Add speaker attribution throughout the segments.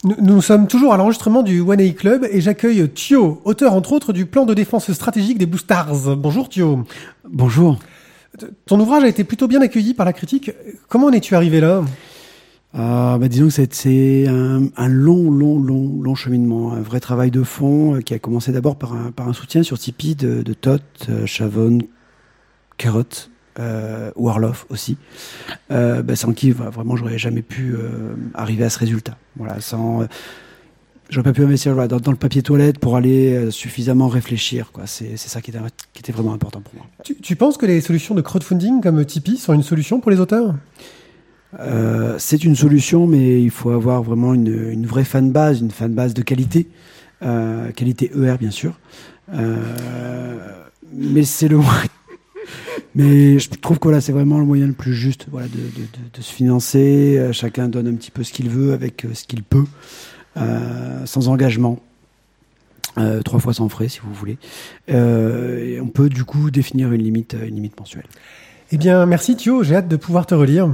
Speaker 1: Nous sommes toujours à l'enregistrement du One A Club et j'accueille Thio, auteur entre autres du plan de défense stratégique des Blue Stars. Bonjour Thio.
Speaker 2: Bonjour.
Speaker 1: Ton ouvrage a été plutôt bien accueilli par la critique. Comment en es-tu arrivé là ?
Speaker 2: Disons que c'est un long cheminement, un vrai travail de fond qui a commencé d'abord par un soutien sur Tipeee de Tot, Chavon, Carrot, Warloff aussi, sans qui vraiment j'aurais jamais pu arriver à ce résultat. Voilà, j'aurais pas pu investir dans le papier toilette pour aller suffisamment réfléchir. Quoi. C'est ça qui était vraiment important pour moi.
Speaker 1: Tu penses que les solutions de crowdfunding comme Tipeee sont une solution pour les auteurs ?
Speaker 2: C'est une solution, mais il faut avoir vraiment une vraie fanbase, une fanbase de qualité, qualité ER bien sûr. Mais c'est le mais je trouve que c'est vraiment le moyen le plus juste, de se financer. Chacun donne un petit peu ce qu'il veut avec ce qu'il peut, sans engagement, 3 fois sans frais si vous voulez. Et on peut du coup définir une limite mensuelle.
Speaker 1: Eh bien, merci Thio, j'ai hâte de pouvoir te relire.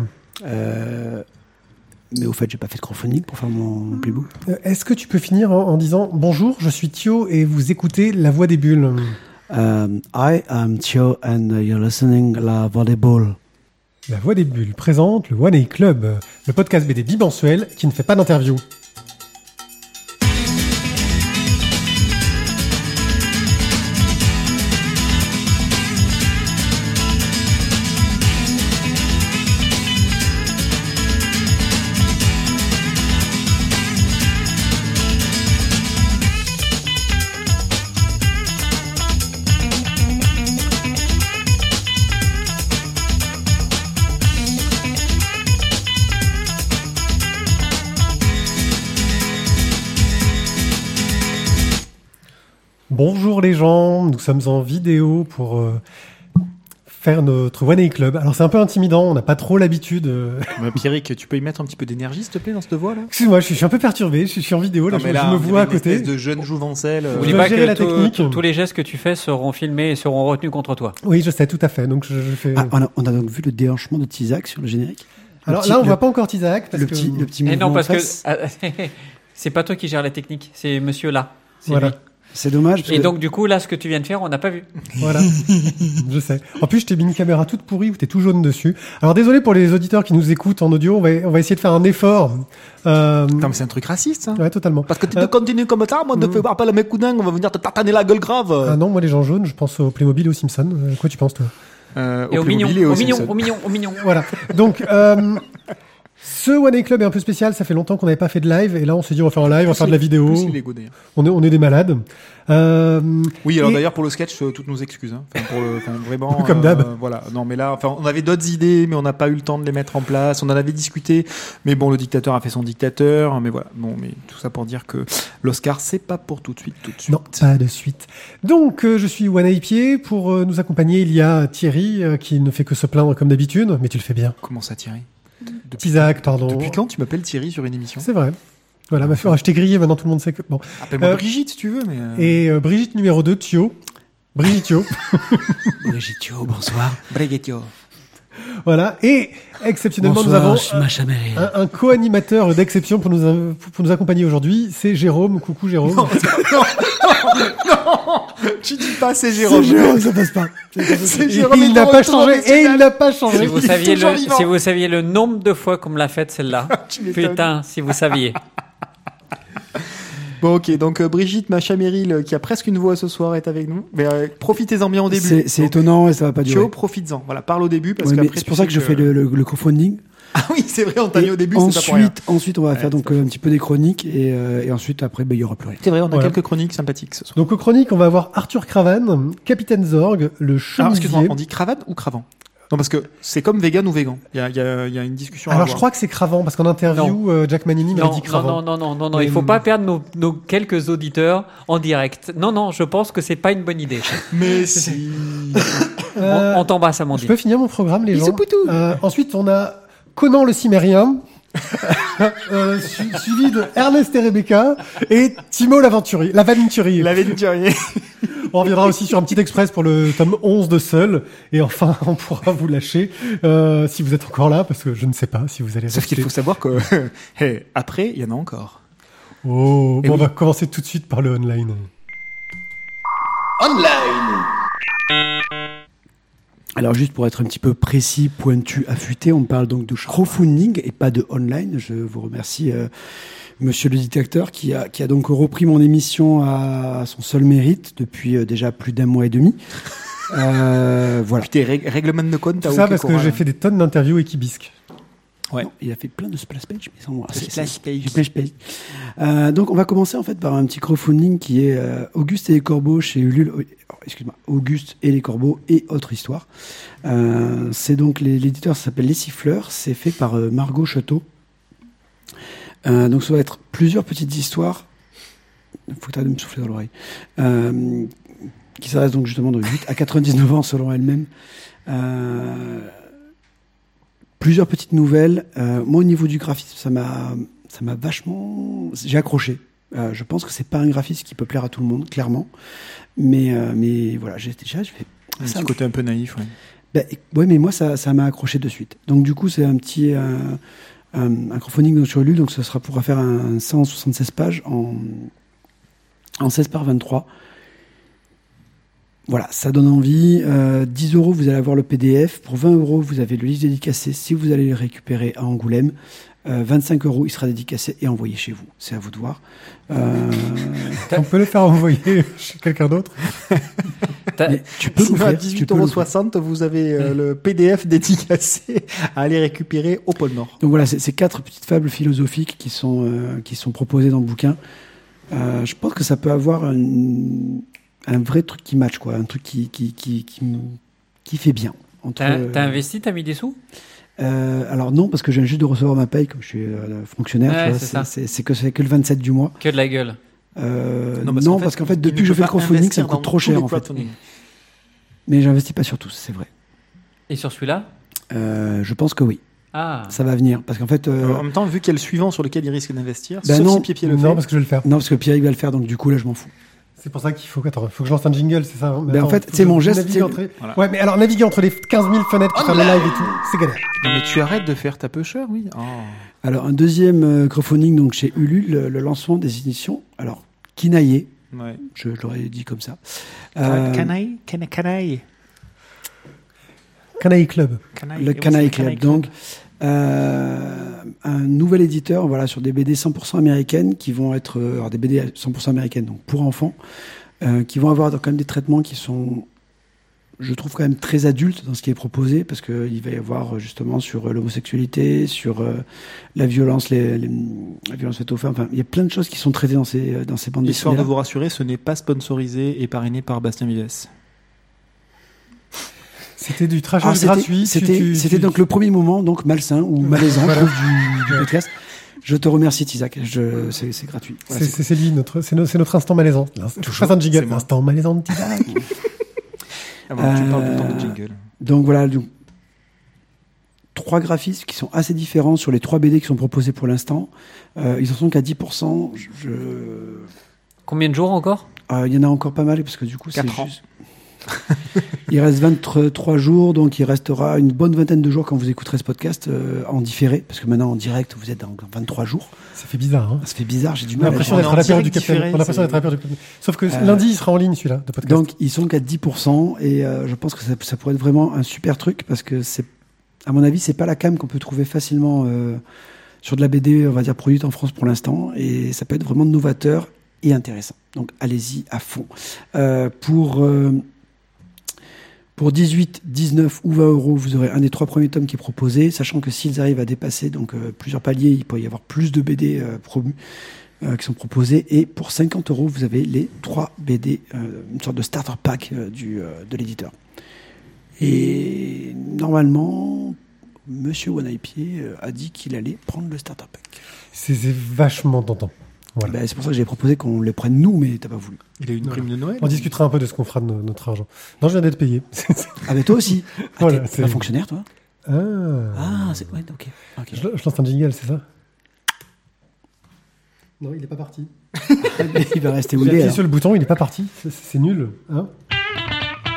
Speaker 2: Mais au fait, j'ai pas fait de crowdfunding pour faire mon playbook.
Speaker 1: Est-ce que tu peux finir en disant « Bonjour, je suis Thio et vous écoutez La Voix des Bulles ».
Speaker 2: I am Thio and you're listening La Voix des Bulles.
Speaker 1: La Voix des Bulles présente le One A Club, le podcast BD bimensuel qui ne fait pas d'interview. Bonjour les gens, nous sommes en vidéo pour faire notre One A Club. Alors c'est un peu intimidant, on n'a pas trop l'habitude.
Speaker 3: Pierrick, tu peux y mettre un petit peu d'énergie s'il te plaît dans cette voix là ?
Speaker 1: Excuse-moi, je suis un peu perturbé, je suis en vidéo, là, je me vois à côté.
Speaker 3: Une espèce de jeune jouvencelle.
Speaker 4: N'oublie pas que tous les gestes que tu fais seront filmés et seront retenus contre toi.
Speaker 1: Oui, je sais, tout à fait. Donc je fais...
Speaker 2: On a donc vu le déhanchement de Tizak sur le générique.
Speaker 1: Alors là, on voit pas encore Tizak.
Speaker 2: Le petit mouvement.
Speaker 4: Et non, parce
Speaker 2: face.
Speaker 4: que c'est pas toi qui gères la technique, c'est monsieur là. C'est
Speaker 1: voilà.
Speaker 4: lui.
Speaker 2: C'est dommage.
Speaker 4: Et donc, du coup, là, ce que tu viens de faire, on n'a pas vu.
Speaker 1: Voilà. Je sais. En plus, je t'ai mis une caméra toute pourrie où t'es tout jaune dessus. Alors, désolé pour les auditeurs qui nous écoutent en audio. On va essayer de faire un effort.
Speaker 3: Non, mais c'est un truc raciste, ça.
Speaker 1: Ouais, totalement.
Speaker 3: Parce que tu continues comme ça, moi, de faire appel à mes cousins, on va venir te tataner la gueule grave.
Speaker 1: Ah non, moi, les gens jaunes, je pense au Playmobil et aux Simpsons. Quoi tu penses, toi?
Speaker 4: Et au mignon.
Speaker 1: Voilà. Donc, ce One A Club est un peu spécial, ça fait longtemps qu'on n'avait pas fait de live, et là on s'est dit on va faire un live, on va faire de la vidéo. On est des malades.
Speaker 3: Oui, alors d'ailleurs pour le sketch, toutes nos excuses. Hein. Vraiment.
Speaker 1: Comme d'hab.
Speaker 3: Voilà. Non, mais là, on avait d'autres idées, mais on n'a pas eu le temps de les mettre en place. On en avait discuté, mais bon, le dictateur a fait son dictateur. Mais voilà. Bon, mais tout ça pour dire que l'Oscar, c'est pas pour tout de suite.
Speaker 1: Non, pas de suite. Donc, je suis One A Pied. Pour nous accompagner, il y a Thierry qui ne fait que se plaindre comme d'habitude, mais tu le fais bien.
Speaker 3: Comment ça, Thierry?
Speaker 1: Tizak, pardon.
Speaker 3: Depuis quand tu m'appelles Thierry sur une émission?
Speaker 1: C'est vrai. Voilà, je t'ai grillé, maintenant tout le monde sait que... Bon.
Speaker 3: Appelle-moi Brigitte si tu veux. Mais
Speaker 1: Et Brigitte numéro 2, Thio. Brigitte Thio.
Speaker 2: Brigitte Thio, bonsoir.
Speaker 3: Brigitte Thio.
Speaker 1: Voilà, et exceptionnellement,
Speaker 2: bonsoir,
Speaker 1: nous avons un co-animateur d'exception pour nous accompagner aujourd'hui, c'est Jérôme. Coucou Jérôme.
Speaker 3: Non, tu dis pas c'est Jérôme.
Speaker 2: C'est Jérôme, ça passe pas.
Speaker 3: C'est Jérôme.
Speaker 1: Il n'a pas changé, et il n'a pas changé.
Speaker 4: Si vous saviez le nombre de fois qu'on me l'a fait celle-là. Putain, si vous saviez.
Speaker 3: Bon, ok, donc Brigitte Macha-Meryl, qui a presque une voix ce soir, est avec nous. Mais profitez-en bien au début.
Speaker 2: C'est étonnant et ça va pas durer.
Speaker 3: Thio, profites-en. Voilà, parle au début parce qu'après.
Speaker 2: C'est pour ça que je fais le crowdfunding.
Speaker 3: Ah oui, c'est vrai, on t'a mis au début, c'est pas pour rien.
Speaker 2: Ensuite, on va faire donc un petit peu des chroniques et ensuite, après, il y aura plus rien.
Speaker 3: C'est vrai, on a quelques chroniques sympathiques ce soir.
Speaker 1: Donc aux chroniques, on va avoir Arthur Cravan, Capitaine Zorg, le chemisier.
Speaker 3: Alors, excuse-moi, on dit Cravan ou Cravan? Non, parce que c'est comme vegan ou végan. Il y a une discussion.
Speaker 1: Alors, je crois que c'est Cravan, parce qu'en interview, Jack Manini m'a dit Cravan.
Speaker 4: Non, il faut pas perdre nos quelques auditeurs en direct. Non, je pense que c'est pas une bonne idée.
Speaker 3: Mais si.
Speaker 4: On t'embrasse, Amandine.
Speaker 1: Je peux finir mon programme, les gens.
Speaker 4: Poutou.
Speaker 1: Ensuite, on a Conan le Cimérien, suivi de Ernest et Rebecca, et Timo l'Aventurier. On reviendra aussi sur un petit express pour le tome 11 de Seul. Et enfin, on pourra vous lâcher si vous êtes encore là, parce que je ne sais pas si vous allez
Speaker 3: Sauf qu'il faut savoir que après, il y en a encore.
Speaker 1: Oh, on va commencer tout de suite par le online.
Speaker 2: Alors juste pour être un petit peu précis, pointu, affûté, on parle donc de crowdfunding et pas de online. Je vous remercie monsieur le dictateur qui a donc repris mon émission à son seul mérite depuis déjà plus d'1 mois et demi. Voilà.
Speaker 3: Puis tes règlements de compte,
Speaker 1: Tout ça parce que j'ai fait des tonnes d'interviews Wikibisque.
Speaker 2: Ouais. Non, il a fait plein de splash page, mais sans moi.
Speaker 3: Splash page.
Speaker 2: Donc on va commencer en fait par un petit crowdfunding qui est Auguste et les Corbeaux chez Ulule. Excuse-moi, Auguste et les Corbeaux et autre histoire. C'est donc l'éditeur, ça s'appelle Les Siffleurs. C'est fait par Margot Château. Donc ça va être plusieurs petites histoires. Faut que tu arrêtes de me souffler dans l'oreille. Qui s'adresse donc justement de 8 à 99 ans selon elle-même. Plusieurs petites nouvelles. Moi, au niveau du graphisme, ça m'a vachement... J'ai accroché. Je pense que c'est pas un graphisme qui peut plaire à tout le monde, clairement. Mais voilà, je fais...
Speaker 3: Un petit côté un peu naïf, ouais.
Speaker 2: Ben, ouais, mais moi, ça m'a accroché de suite. Donc, du coup, c'est un petit... un crowdfunding sur Ulule, donc ça sera pour faire un 176 pages en 16 par 23. Voilà, ça donne envie. 10 €, vous allez avoir le PDF. Pour 20 €, vous avez le livre dédicacé si vous allez le récupérer à Angoulême. 25 €, il sera dédicacé et envoyé chez vous. C'est à vous de voir.
Speaker 1: On peut le faire envoyer chez quelqu'un d'autre.
Speaker 2: Tu peux
Speaker 3: sinon, à 18,60 €, vous avez le PDF dédicacé à aller récupérer au pôle Nord.
Speaker 2: Donc voilà, c'est 4 petites fables philosophiques qui sont proposées dans le bouquin. Je pense que ça peut avoir un vrai truc qui match, quoi, un truc qui fait bien.
Speaker 4: T'as investi, t'as mis des sous?
Speaker 2: Alors non, parce que je viens juste de recevoir ma paye, comme je suis fonctionnaire.
Speaker 4: Ouais,
Speaker 2: tu vois, c'est que le 27 du mois.
Speaker 4: Que de la gueule.
Speaker 2: Non, parce qu'en fait, depuis que je fais le crowdfunding, ça me coûte trop cher, en fait. Mais j'investis pas sur tous, c'est vrai.
Speaker 4: Et sur celui-là?
Speaker 2: Je pense que oui.
Speaker 4: Ah.
Speaker 2: Ça va venir, parce qu'en fait...
Speaker 3: en même temps, vu qu'il y a le suivant sur lequel il risque d'investir,
Speaker 2: sauf
Speaker 3: non, si Pied le fait.
Speaker 1: Non, parce que je vais le faire.
Speaker 2: Non, parce que Pierre, il va le faire, donc du coup, là, je m'en fous.
Speaker 1: C'est pour ça qu'il faut que je lance un jingle, c'est ça hein.
Speaker 2: En fait, c'est mon geste.
Speaker 1: Voilà. Ouais, mais alors naviguer entre les 15 000 fenêtres qui font le live et tout, c'est galère.
Speaker 3: Non, mais tu arrêtes de faire ta pêcheur, oui. Oh.
Speaker 2: Alors, un deuxième crowdfunding, donc chez Ulule, le lancement des éditions. Alors, Kinaïe.
Speaker 3: Ouais.
Speaker 2: Je l'aurais dit comme ça.
Speaker 3: Canaille
Speaker 1: Club.
Speaker 2: Le Canaille Club. Donc, un nouvel éditeur, voilà, sur des BD 100% américaines qui vont être, alors des BD 100% américaines, donc pour enfants, qui vont avoir quand même des traitements qui sont, je trouve quand même très adultes dans ce qui est proposé, parce qu'il va y avoir justement sur l'homosexualité, sur la violence, la violence faite aux femmes. Enfin, il y a plein de choses qui sont traitées dans ces bandes dessinées.
Speaker 3: Histoire de vous rassurer, ce n'est pas sponsorisé et parrainé par Bastien Vives.
Speaker 1: C'était du trashage gratuit.
Speaker 2: C'était donc le premier moment, donc malsain ou malaisant du podcast. Je te remercie, Isaac. C'est gratuit. Voilà,
Speaker 1: c'est lui, c'est notre instant malaisant. Toujours un jingle. L'instant malaisant de Isaac.
Speaker 3: Tu parles tout le temps de jingle.
Speaker 2: Donc voilà, 3 graphismes qui sont assez différents sur les 3 BD qui sont proposés pour l'instant. Ils en sont qu'à 10%.
Speaker 4: Combien de jours encore?
Speaker 2: Il y en a encore pas mal, parce que du coup, c'est
Speaker 3: 4 ans.
Speaker 2: juste... Il reste 23 jours, donc il restera une bonne vingtaine de jours quand vous écouterez ce podcast en différé, parce que maintenant en direct vous êtes dans 23 jours.
Speaker 1: Ça fait bizarre, hein.
Speaker 2: Ça fait bizarre, j'ai du
Speaker 1: mal. On a l'impression d'être à la période du Capitaine. On a l'impression d'être à la période du Capitaine. Sauf que lundi il sera en ligne celui-là de podcast.
Speaker 2: Donc ils sont qu'à 10% et je pense que ça pourrait être vraiment un super truc, parce que c'est, à mon avis, c'est pas la cam qu'on peut trouver facilement sur de la BD, on va dire, produite en France pour l'instant, et ça peut être vraiment novateur et intéressant. Donc allez-y à fond. Pour 18, 19 ou 20 €, vous aurez un des 3 premiers tomes qui est proposé, sachant que s'ils arrivent à dépasser donc plusieurs paliers, il peut y avoir plus de BD promus qui sont proposés. Et pour 50 €, vous avez les 3 BD, une sorte de starter pack de l'éditeur. Et normalement, Monsieur One-Eye-Pied a dit qu'il allait prendre le starter pack.
Speaker 1: C'est vachement tentant. Voilà.
Speaker 2: C'est pour ça que j'ai proposé qu'on les prenne nous, mais t'as pas voulu.
Speaker 3: Il a eu une prime de Noël.
Speaker 1: On discutera un peu de ce qu'on fera de notre argent. Non, je viens d'être payé.
Speaker 2: Ah, mais toi aussi.
Speaker 1: Voilà,
Speaker 2: t'es un fonctionnaire, toi?
Speaker 1: C'est...
Speaker 2: Ouais, ok.
Speaker 1: Je lance un jingle, c'est ça? Non, il est pas parti.
Speaker 2: Il va rester où
Speaker 1: il est.
Speaker 2: J'ai appuyé
Speaker 1: sur le bouton, il est pas parti. C'est nul. Hein?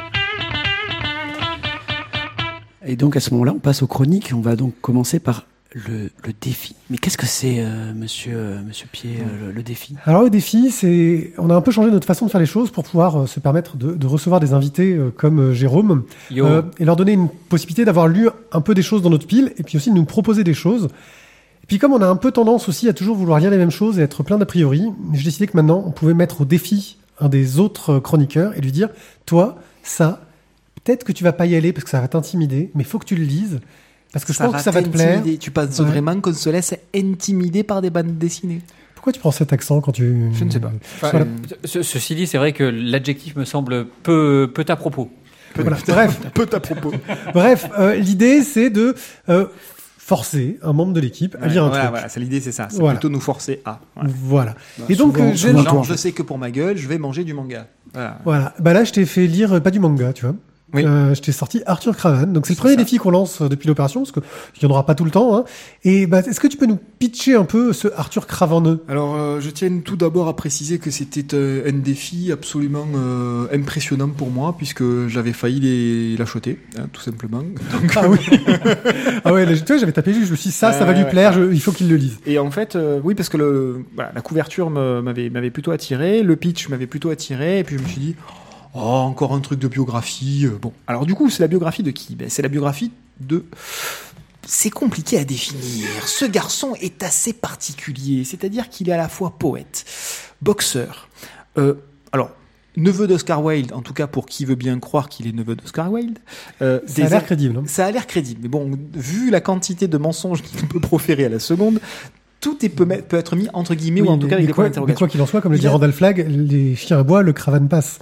Speaker 2: Et donc, à ce moment-là, on passe aux chroniques. On va donc commencer par le défi. Mais qu'est-ce que c'est, monsieur Pied, le défi?
Speaker 1: Alors le défi, on a un peu changé notre façon de faire les choses pour pouvoir se permettre de recevoir des invités comme Jérôme et leur donner une possibilité d'avoir lu un peu des choses dans notre pile et puis aussi de nous proposer des choses. Et puis comme on a un peu tendance aussi à toujours vouloir lire les mêmes choses et être plein d'a priori, j'ai décidé que maintenant on pouvait mettre au défi un des autres chroniqueurs et lui dire « Toi, ça, peut-être que tu vas pas y aller parce que ça va t'intimider, mais il faut que tu le lises. » Parce que je pense que ça va te plaire.
Speaker 3: Tu penses vraiment qu'on se laisse intimider par des bandes dessinées?
Speaker 1: Pourquoi tu prends cet accent quand tu...
Speaker 3: Je ne sais pas.
Speaker 4: Enfin, ceci dit, c'est vrai que l'adjectif me semble peu à propos.
Speaker 1: Bref,
Speaker 3: peu à propos.
Speaker 1: Bref, l'idée c'est de forcer un membre de l'équipe à lire un truc.
Speaker 3: Voilà, l'idée c'est ça. C'est plutôt nous forcer à.
Speaker 1: Voilà. Et donc,
Speaker 3: je sais que pour ma gueule, je vais manger du manga.
Speaker 1: Voilà. Bah là, je t'ai fait lire pas du manga, tu vois.
Speaker 3: Oui.
Speaker 1: Je t'ai sorti Arthur Cravan. Donc c'est le premier défi qu'on lance depuis l'opération, parce qu'il n'y en aura pas tout le temps. Hein. Et est-ce que tu peux nous pitcher un peu ce Arthur Cravan?
Speaker 3: Alors, je tiens tout d'abord à préciser que c'était un défi absolument impressionnant pour moi, puisque j'avais failli l'acheter, tout simplement. Donc...
Speaker 1: Ah oui. Ah ouais, tu vois, j'avais tapé juste. Je me suis dit, ça va lui plaire. Il faut qu'il le lise.
Speaker 3: Et en fait, oui, parce que la couverture m'avait plutôt attiré, le pitch m'avait plutôt attiré, et puis je me suis dit. Oh, encore un truc de biographie. Bon, alors du coup, c'est la biographie de qui? C'est la biographie de... C'est compliqué à définir. Ce garçon est assez particulier, c'est-à-dire qu'il est à la fois poète, boxeur. Alors, neveu d'Oscar Wilde, en tout cas pour qui veut bien croire qu'il est neveu d'Oscar Wilde.
Speaker 1: Ça a l'air crédible. Hein.
Speaker 3: Ça a l'air crédible, mais bon, vu la quantité de mensonges qu'il peut proférer à la seconde... Tout peut être mis entre guillemets ou en tout cas avec des points d'interrogation.
Speaker 1: Quoi qu'il en soit, comme le dit Randall Flagg, les chiens à bois, le cravane passe.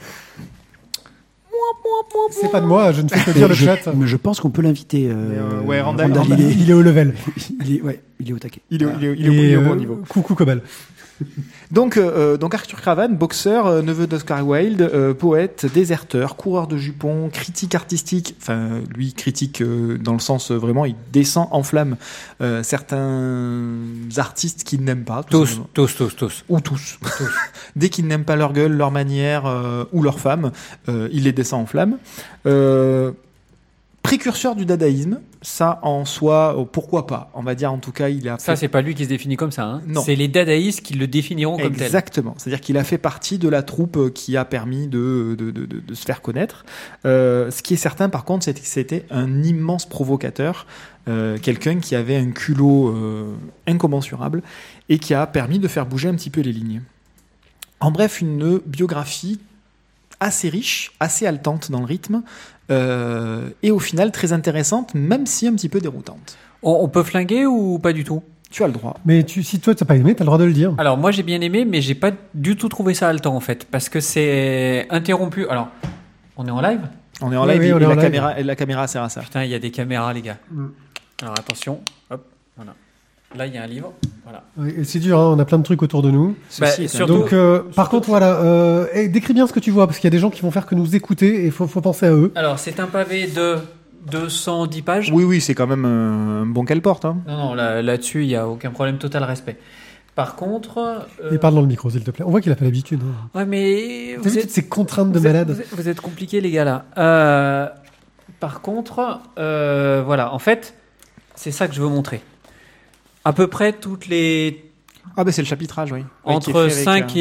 Speaker 1: C'est pas de moi, je ne fais que dire le chat.
Speaker 2: Mais je pense qu'on peut l'inviter.
Speaker 3: Randall,
Speaker 1: il est au level.
Speaker 2: Il est au taquet.
Speaker 3: Il est au bon niveau.
Speaker 1: Coucou Cobal.
Speaker 3: Donc Arthur Cravan, boxeur, neveu d'Oscar Wilde, poète, déserteur, coureur de jupons, critique artistique, enfin lui critique dans le sens vraiment il descend en flamme certains artistes qu'il n'aime pas.
Speaker 4: Tous.
Speaker 3: Ou tous. Dès qu'ils n'aiment pas leur gueule, leur manière ou leur femme, il les descend en flamme. Précurseur du dadaïsme, ça en soi, pourquoi pas? On va dire en tout cas, il a.
Speaker 4: Ça, c'est pas lui qui se définit comme ça. Hein.
Speaker 3: Non.
Speaker 4: C'est les dadaïstes qui le définiront comme tel.
Speaker 3: Exactement. C'est-à-dire qu'il a fait partie de la troupe qui a permis de se faire connaître. Ce qui est certain, par contre, c'est que c'était un immense provocateur, quelqu'un qui avait un culot incommensurable et qui a permis de faire bouger un petit peu les lignes. En bref, une biographie assez riche, assez haletante dans le rythme. Et au final très intéressante, même si un petit peu déroutante.
Speaker 4: On peut flinguer ou pas du tout?
Speaker 3: Tu as le droit.
Speaker 1: Mais si toi t'as pas aimé, t'as le droit de le dire.
Speaker 4: Alors moi j'ai bien aimé, mais j'ai pas du tout trouvé ça haletant en fait, parce que c'est interrompu. Alors, on est en live?
Speaker 3: On est en live, et la caméra sert à ça.
Speaker 4: Putain, il y a des caméras les gars. Alors attention, hop, voilà. Là, il y a un livre. Voilà.
Speaker 1: Oui, c'est dur, hein, on a plein de trucs autour de nous.
Speaker 4: Surtout,
Speaker 1: donc, par contre, voilà, décris bien ce que tu vois, parce qu'il y a des gens qui vont faire que nous écouter, et il faut penser à eux.
Speaker 4: Alors, c'est un pavé de 210 pages.
Speaker 3: Oui, c'est quand même un bon qu'elle porte. Hein.
Speaker 4: Non, là-dessus, il n'y a aucun problème, total respect. Par contre...
Speaker 1: Et parle dans le micro, s'il te plaît. On voit qu'il n'a pas l'habitude. Hein.
Speaker 4: Ouais, mais...
Speaker 1: Vous êtes ces contraintes de malade.
Speaker 4: Vous êtes compliqués, les gars, là. Par contre, voilà, en fait, c'est ça que je veux montrer. À peu près toutes les...
Speaker 3: Ah c'est le chapitrage, oui.
Speaker 4: Entre 1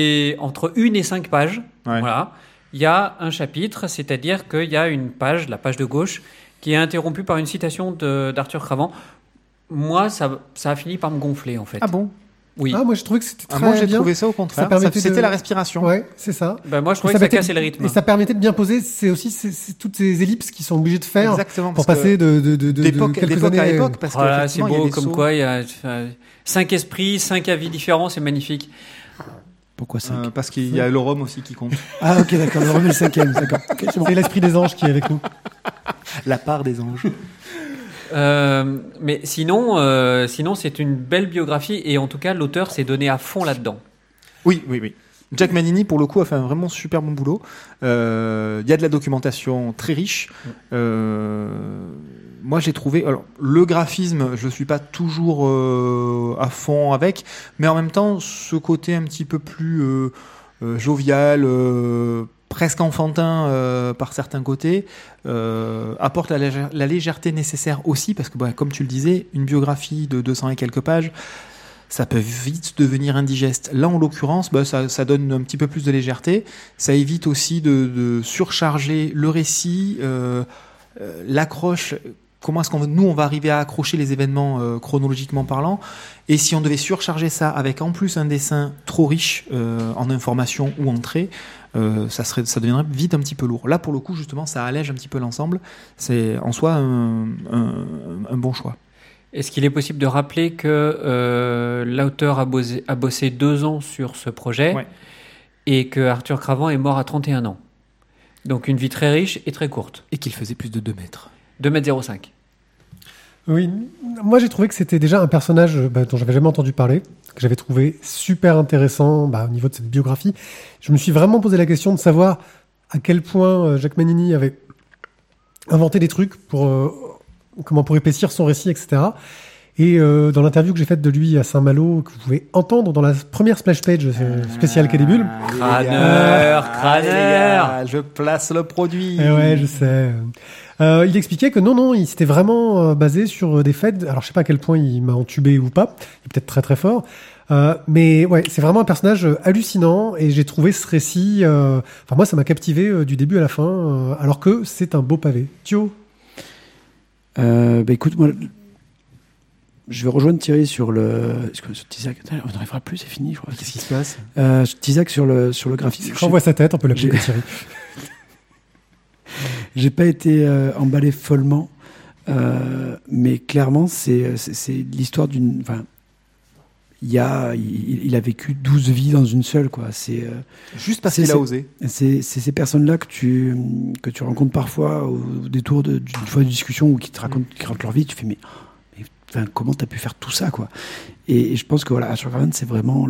Speaker 4: et 5 pages, voilà, il y a un chapitre, c'est-à-dire qu'il y a une page, la page de gauche, qui est interrompue par une citation d'Arthur Cravan. Moi, ça a fini par me gonfler, en fait.
Speaker 3: Ah bon?
Speaker 4: Oui.
Speaker 1: Ah, moi, j'ai trouvé que c'était très bien.
Speaker 3: Moi, j'ai trouvé ça au contraire. C'était la respiration.
Speaker 1: Ouais, c'est ça.
Speaker 4: Moi, je trouvais que ça cassait le rythme.
Speaker 1: Et ça permettait de bien poser. C'est aussi toutes ces ellipses qu'ils sont obligés de faire.
Speaker 3: Exactement,
Speaker 1: pour passer
Speaker 3: d'époque à époque.
Speaker 4: Parce que c'est beau, comme quoi il y a 5 esprits, 5 avis différents, c'est magnifique.
Speaker 2: Pourquoi 5
Speaker 3: Parce qu'il y a le rhum aussi qui compte.
Speaker 2: Ah, ok, d'accord. Le rhum est le 5e, d'accord. Okay,
Speaker 1: c'est l'esprit des anges qui est avec nous.
Speaker 3: La part des anges.
Speaker 4: Mais sinon, c'est une belle biographie et en tout cas, l'auteur s'est donné à fond là-dedans.
Speaker 3: Oui. Jack Manini, pour le coup, a fait un vraiment super bon boulot. Il y a de la documentation très riche. Moi, j'ai trouvé... Alors, le graphisme, je ne suis pas toujours à fond avec, mais en même temps, ce côté un petit peu plus jovial, presque enfantin par certains côtés, apporte la légèreté nécessaire aussi, parce que comme tu le disais, une biographie de 200 et quelques pages, ça peut vite devenir indigeste. Là, en l'occurrence, ça donne un petit peu plus de légèreté. Ça évite aussi de surcharger le récit, l'accroche. Comment est-ce on va arriver à accrocher les événements chronologiquement parlant. Et si on devait surcharger ça avec en plus un dessin trop riche en informations ou en traits, ça deviendrait vite un petit peu lourd. Là, pour le coup, justement, ça allège un petit peu l'ensemble. C'est en soi un bon choix.
Speaker 4: Est-ce qu'il est possible de rappeler que l'auteur a bossé 2 ans sur ce projet et que Arthur Cravant est mort à 31 ans. Donc une vie très riche et très courte.
Speaker 3: Et qu'il faisait plus de 2 mètres.
Speaker 4: 2,05 m.
Speaker 1: Oui, moi j'ai trouvé que c'était déjà un personnage dont j'avais jamais entendu parler, que j'avais trouvé super intéressant au niveau de cette biographie. Je me suis vraiment posé la question de savoir à quel point Jacques Manini avait inventé des trucs pour épaissir son récit, etc. Et dans l'interview que j'ai faite de lui à Saint-Malo, que vous pouvez entendre dans la première splash page spéciale Quai des Bulles.
Speaker 3: Crâneur, je place le produit.
Speaker 1: Ouais, je sais. Il expliquait que non, il s'était vraiment basé sur des faits. Alors je sais pas à quel point il m'a entubé ou pas. Il est peut-être très très fort. Mais ouais, c'est vraiment un personnage hallucinant et j'ai trouvé ce récit. Moi, ça m'a captivé du début à la fin, alors que c'est un beau pavé. Thio.
Speaker 2: Écoute, moi, je vais rejoindre Thierry sur le. Est-ce que Tizak, on n'arrivera plus, c'est fini, je crois.
Speaker 3: Qu'est-ce qui se passe?
Speaker 2: Tizak sur le graphisme.
Speaker 1: J'envoie sa tête, on peut l'appeler Thierry.
Speaker 2: J'ai pas été emballé follement, mais clairement, c'est l'histoire d'une. Enfin, il a vécu 12 vies dans une seule, quoi. C'est
Speaker 3: juste parce qu'il a osé.
Speaker 2: C'est ces personnes-là que tu rencontres parfois au détour d'une fois de discussion ou qui racontent leur vie. Tu fais mais comment t'as pu faire tout ça, quoi. Et je pense que voilà, Arthur Cravant, c'est vraiment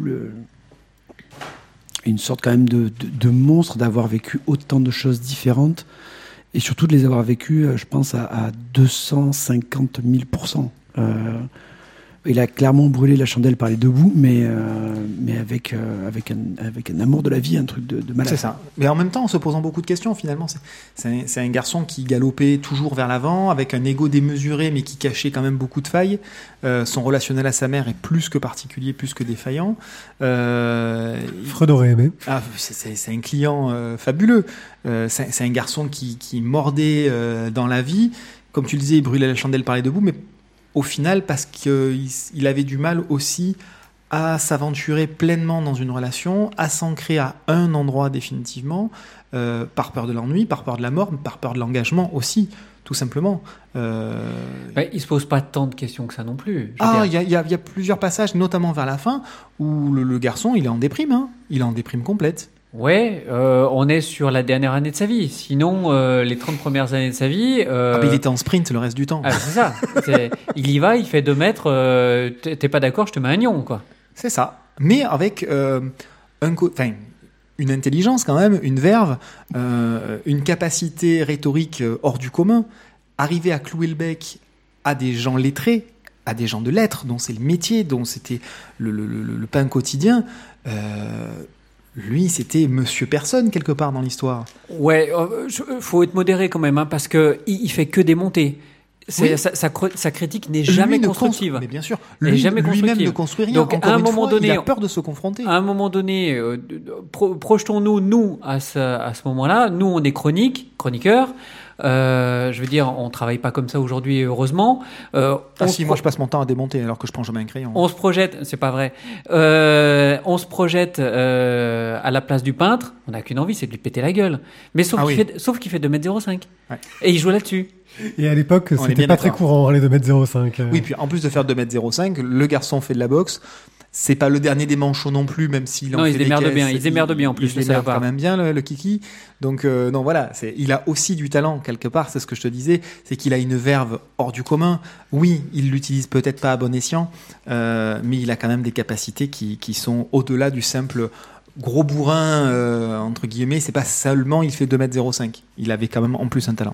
Speaker 2: une sorte quand même de monstre d'avoir vécu autant de choses différentes et surtout de les avoir vécues, je pense, à 250 000%. Il a clairement brûlé la chandelle par les deux bouts, mais avec un amour de la vie, un truc de malade.
Speaker 3: C'est ça. Mais en même temps, en se posant beaucoup de questions, finalement, c'est un garçon qui galopait toujours vers l'avant, avec un ego démesuré, mais qui cachait quand même beaucoup de failles. Son relationnel à sa mère est plus que particulier, plus que défaillant.
Speaker 1: Freud aurait aimé.
Speaker 3: C'est un client fabuleux. C'est un garçon qui mordait dans la vie. Comme tu le disais, il brûlait la chandelle par les deux bouts, mais au final, parce qu'il avait du mal aussi à s'aventurer pleinement dans une relation, à s'ancrer à un endroit définitivement, par peur de l'ennui, par peur de la mort, mais par peur de l'engagement aussi, tout simplement.
Speaker 4: Il ne se pose pas tant de questions que ça non plus.
Speaker 3: Il y a plusieurs passages, notamment vers la fin, où le garçon, il est en déprime. Hein. Il est en déprime complète.
Speaker 4: Ouais, on est sur la dernière année de sa vie. Sinon, les 30 premières années de sa vie...
Speaker 3: il était en sprint le reste du temps.
Speaker 4: C'est ça. Il y va, il fait 2 mètres, t'es pas d'accord, je te mets un nion, quoi.
Speaker 3: C'est ça. Mais avec une intelligence quand même, une verve, une capacité rhétorique hors du commun. Arriver à clouer le bec à des gens lettrés, à des gens de lettres, dont c'est le métier, dont c'était le pain quotidien... Lui, c'était Monsieur Personne, quelque part, dans l'histoire.
Speaker 4: Ouais, faut être modéré quand même, hein, parce qu'il fait que démonter. Sa critique n'est jamais constructive.
Speaker 3: Mais bien sûr,
Speaker 4: lui-même
Speaker 3: ne construit rien. Donc, à un moment donné, il a peur de se confronter.
Speaker 4: À un moment donné, projetons-nous, nous, à ce moment-là. Nous, on est chroniqueurs. Je veux dire, on travaille pas comme ça aujourd'hui, heureusement.
Speaker 3: Moi je passe mon temps à démonter alors que je prends jamais un crayon.
Speaker 4: On se projette, c'est pas vrai. On se projette à la place du peintre. On n'a qu'une envie, c'est de lui péter la gueule. Mais sauf qu'il fait 2,05 m. Ouais. Et il joue là-dessus.
Speaker 1: Et à l'époque, c'était pas très courant, les 2,05 m.
Speaker 3: Oui, puis en plus de faire 2,05 m, le garçon fait de la boxe. C'est pas le dernier des manchots non plus, même s'il en fait des caisses.
Speaker 4: Il se démerde bien en plus.
Speaker 3: Il se démerde quand même bien, le kiki. Donc, non, voilà. Il a aussi du talent, quelque part. C'est ce que je te disais. C'est qu'il a une verve hors du commun. Oui, il l'utilise peut-être pas à bon escient, mais il a quand même des capacités qui sont au-delà du simple gros bourrin, entre guillemets. C'est pas seulement il fait 2,05 m. Il avait quand même en plus un talent.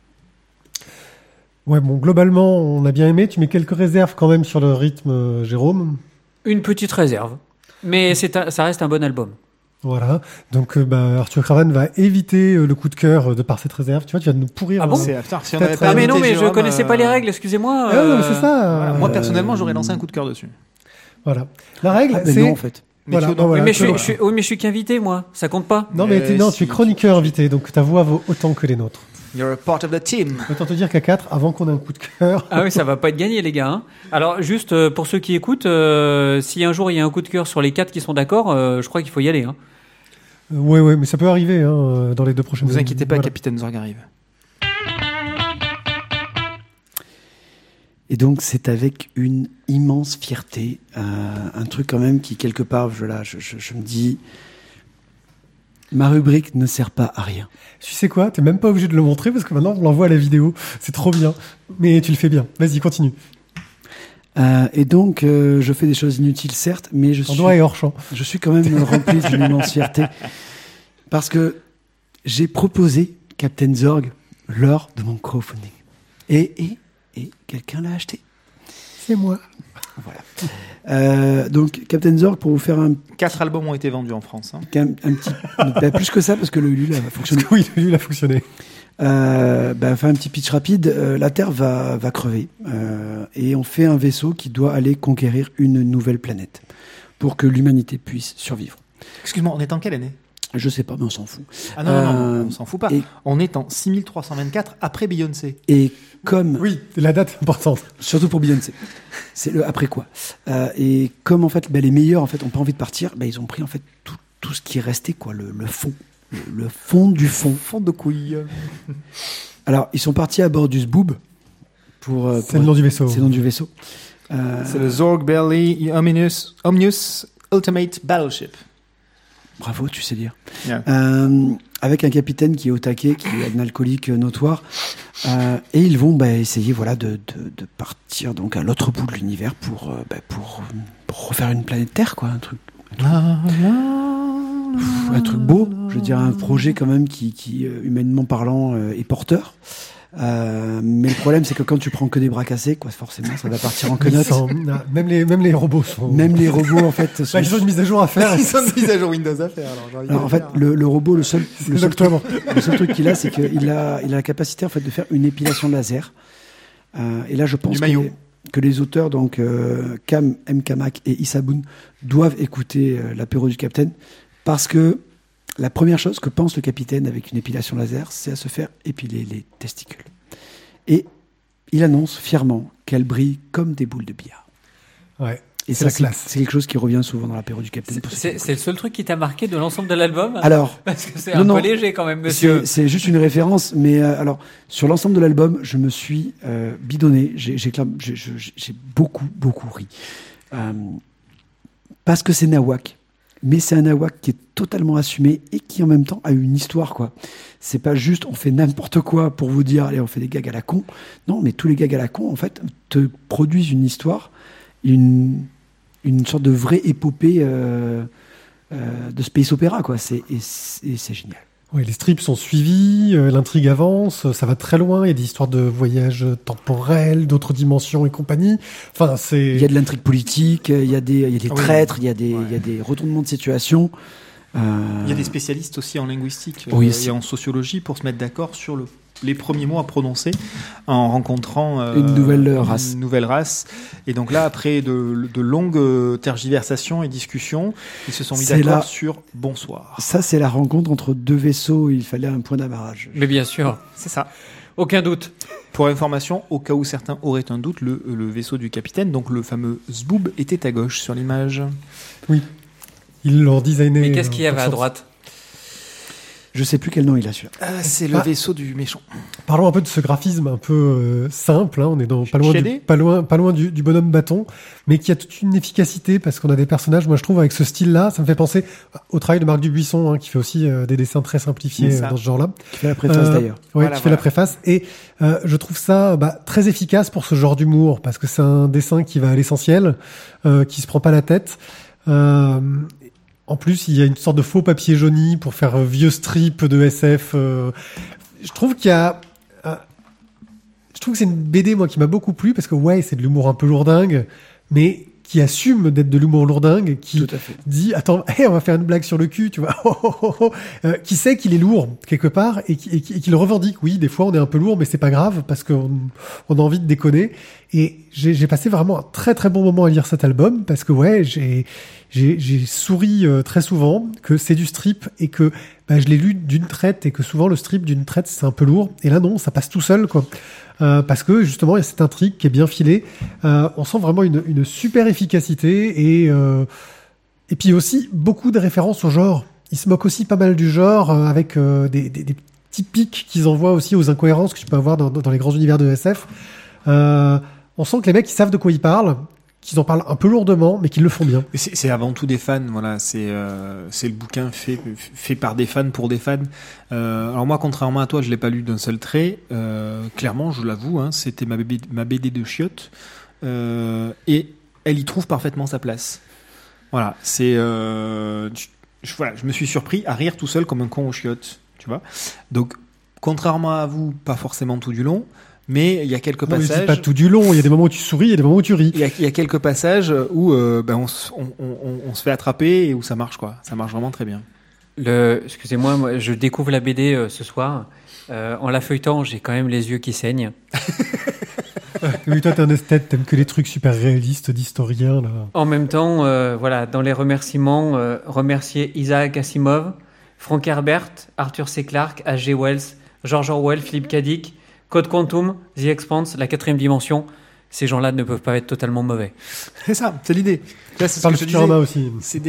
Speaker 1: Ouais, bon, globalement, on a bien aimé. Tu mets quelques réserves quand même sur le rythme, Jérôme.
Speaker 4: Une petite réserve. Mais ça reste un bon album.
Speaker 1: Voilà. Donc, Arthur Cravan va éviter le coup de cœur de par cette réserve. Tu vois, tu vas nous pourrir.
Speaker 4: Ah bon? Mais non, mais je connaissais pas les règles, excusez-moi.
Speaker 1: Non, mais c'est ça.
Speaker 3: Voilà. Moi, personnellement, j'aurais lancé un coup de cœur dessus.
Speaker 1: Voilà. La règle, c'est...
Speaker 2: non, en fait.
Speaker 1: Voilà,
Speaker 4: mais je suis qu'invité, moi. Ça compte pas.
Speaker 1: Non, mais tu es chroniqueur invité, donc ta voix vaut autant que les nôtres.
Speaker 3: You're a part of the team.
Speaker 1: Autant te dire qu'à 4, avant qu'on ait un coup de cœur...
Speaker 4: Ah oui, ça va pas être gagné, les gars. Hein. Alors, juste pour ceux qui écoutent, si un jour il y a un coup de cœur sur les 4 qui sont d'accord, je crois qu'il faut y aller. Hein.
Speaker 1: Ouais, mais ça peut arriver dans les 2 prochaines
Speaker 3: années. Ne vous inquiétez pas, Capitaine Zorg arrive.
Speaker 2: Et donc, c'est avec une immense fierté, un truc quand même qui, quelque part, je me dis... Ma rubrique ne sert pas à rien.
Speaker 1: Tu sais quoi? T'es même pas obligé de le montrer parce que maintenant on l'envoie à la vidéo. C'est trop bien. Mais tu le fais bien. Vas-y, continue.
Speaker 2: Et donc, je fais des choses inutiles, certes, mais je suis quand même rempli d'une immense fierté. Parce que j'ai proposé Captain Zorg lors de mon crowdfunding. Et quelqu'un l'a acheté.
Speaker 1: C'est moi.
Speaker 2: Voilà. Donc, Captain Zorg, pour vous faire
Speaker 3: 4 albums ont été vendus en France. Hein.
Speaker 2: Un petit... plus que ça, parce que le Ulule a fonctionné.
Speaker 1: Oui, le Ulule a fonctionné.
Speaker 2: Faire un petit pitch rapide. La Terre va crever. Et on fait un vaisseau qui doit aller conquérir une nouvelle planète pour que l'humanité puisse survivre.
Speaker 3: Excuse-moi, on est en quelle année?
Speaker 2: Je sais pas, mais on s'en fout.
Speaker 3: Ah non, on s'en fout pas. On est en 6324 après Beyoncé.
Speaker 2: Et comme...
Speaker 1: Oui, la date est importante.
Speaker 2: Surtout pour Beyoncé. C'est le après quoi. Et comme en fait, les meilleurs en fait ont pas envie de partir, ils ont pris en fait tout ce qui est resté, quoi, le fond. Le fond du fond.
Speaker 3: Fond de couille.
Speaker 2: Alors, ils sont partis à bord du Zboob.
Speaker 1: C'est le nom du vaisseau.
Speaker 2: C'est le nom du vaisseau.
Speaker 3: C'est le Zorg Belly Omnius Ultimate Battleship.
Speaker 2: Bravo, tu sais lire.
Speaker 3: Yeah.
Speaker 2: Avec un capitaine qui est au taquet, qui est un alcoolique notoire. Et ils vont essayer de partir donc à l'autre bout de l'univers pour refaire une planète Terre, quoi. Un truc beau. Je veux dire, un projet quand même qui humainement parlant, est porteur. Mais le problème, c'est que quand tu prends que des bras cassés, quoi, forcément, ça va partir en quenotte.
Speaker 1: Même les robots sont...
Speaker 2: Même les robots, en fait...
Speaker 1: ils ont une mise à jour à faire.
Speaker 3: Ils ont une mise à jour Windows à faire.
Speaker 2: Alors en fait, le robot, le seul truc qu'il a, c'est qu'il a la capacité, en fait, de faire une épilation laser. Et là, je pense que les auteurs, donc Cam M. Kamak et Issa Boone, doivent écouter l'apéro du Capitaine, parce que la première chose que pense le capitaine avec une épilation laser, c'est à se faire épiler les testicules. Et il annonce fièrement qu'elle brille comme des boules de billard.
Speaker 1: Ouais.
Speaker 2: Et
Speaker 1: c'est la classe.
Speaker 2: C'est quelque chose qui revient souvent dans l'apéro du Capitaine.
Speaker 4: C'est le seul truc qui t'a marqué de l'ensemble de l'album?
Speaker 2: Alors,
Speaker 4: parce que c'est un peu léger quand même, monsieur.
Speaker 2: C'est juste une référence, mais alors sur l'ensemble de l'album, je me suis bidonné. J'ai beaucoup ri parce que c'est nawak. Mais c'est un nawak qui est totalement assumé et qui en même temps a une histoire, quoi. C'est pas juste on fait n'importe quoi pour vous dire allez on fait des gags à la con. Non, mais tous les gags à la con en fait te produisent une histoire, une sorte de vraie épopée de space opéra, quoi. C'est génial.
Speaker 1: Oui, les strips sont suivis, l'intrigue avance, ça va très loin, il y a des histoires de voyages temporels, d'autres dimensions et compagnie. Enfin,
Speaker 2: il y a de l'intrigue politique, il y a des traîtres, il y a des retournements de situation.
Speaker 3: Il y a des spécialistes aussi en linguistique et en sociologie pour se mettre d'accord sur les premiers mots à prononcer en rencontrant
Speaker 2: une nouvelle
Speaker 3: race. Et donc là, après de longues tergiversations et discussions, ils se sont mis d'accord sur bonsoir.
Speaker 2: Ça, c'est la rencontre entre deux vaisseaux. Il fallait un point d'amarrage.
Speaker 4: Mais bien sûr,
Speaker 3: c'est ça.
Speaker 4: Aucun doute.
Speaker 3: Pour information, au cas où certains auraient un doute, le vaisseau du capitaine, donc le fameux Zboob, était à gauche sur l'image.
Speaker 1: Oui. Ils l'ont designé.
Speaker 4: Mais qu'est-ce qu'il y avait à droite?
Speaker 2: Je sais plus quel nom il a celui-là.
Speaker 3: C'est le vaisseau du méchant.
Speaker 1: Parlons un peu de ce graphisme un peu simple. On est pas loin du bonhomme bâton, mais qui a toute une efficacité parce qu'on a des personnages. Moi, je trouve avec ce style-là, ça me fait penser au travail de Marc Dubuisson, qui fait aussi des dessins très simplifiés dans ce genre-là.
Speaker 2: Qui fait la préface d'ailleurs.
Speaker 1: Fait la préface. Et je trouve ça très efficace pour ce genre d'humour parce que c'est un dessin qui va à l'essentiel, qui se prend pas la tête. En plus, il y a une sorte de faux papier jauni pour faire vieux strip de SF. Je trouve qu'il y a... je trouve que c'est une BD, moi, qui m'a beaucoup plu, parce que, c'est de l'humour un peu lourdingue, mais qui assume d'être de l'humour lourdingue, qui dit attends, on va faire une blague sur le cul, tu vois, qui sait qu'il est lourd quelque part et qui le revendique. Oui, des fois on est un peu lourd, mais c'est pas grave parce qu'on a envie de déconner. Et j'ai passé vraiment un très très bon moment à lire cet album parce que j'ai souri très souvent, que c'est du strip et que je l'ai lu d'une traite et que souvent le strip d'une traite c'est un peu lourd. Et là non, ça passe tout seul quoi. Parce que justement il y a cette intrigue qui est bien filée. On sent vraiment une super efficacité et puis aussi beaucoup de références au genre. Ils se moquent aussi pas mal du genre avec des petits pics qu'ils envoient aussi aux incohérences que tu peux avoir dans les grands univers de SF. On sent que les mecs ils savent de quoi ils parlent, qu'ils en parlent un peu lourdement, mais qu'ils le font bien.
Speaker 3: C'est avant tout des fans, voilà. C'est le bouquin fait par des fans pour des fans. Alors moi, contrairement à toi, je l'ai pas lu d'un seul trait. Clairement, je l'avoue, hein, c'était ma BD de chiottes, et elle y trouve parfaitement sa place. Voilà, je me suis surpris à rire tout seul comme un con aux chiottes, tu vois. Donc, contrairement à vous, pas forcément tout du long. Mais il y a quelques passages.
Speaker 1: Je dis pas tout du long. Il y a des moments où tu souris, il y a des moments où tu ris.
Speaker 3: Il y a quelques passages où on se fait attraper et où ça marche quoi. Ça marche vraiment très bien.
Speaker 4: Excusez-moi, moi, je découvre la BD ce soir. En la feuilletant, j'ai quand même les yeux qui saignent.
Speaker 1: Oui, toi t'es un esthète, t'aimes que les trucs super réalistes d'historiens là.
Speaker 4: En même temps, voilà, dans les remerciements, remercier Isaac Asimov, Frank Herbert, Arthur C. Clarke, H.G. Wells, George Orwell, Philip K. Dick, Code Quantum, The Expanse, la 4e dimension. Ces gens-là ne peuvent pas être totalement mauvais.
Speaker 3: C'est ça, c'est l'idée. Là, c'est ce que je disais.
Speaker 1: Aussi.
Speaker 3: C'est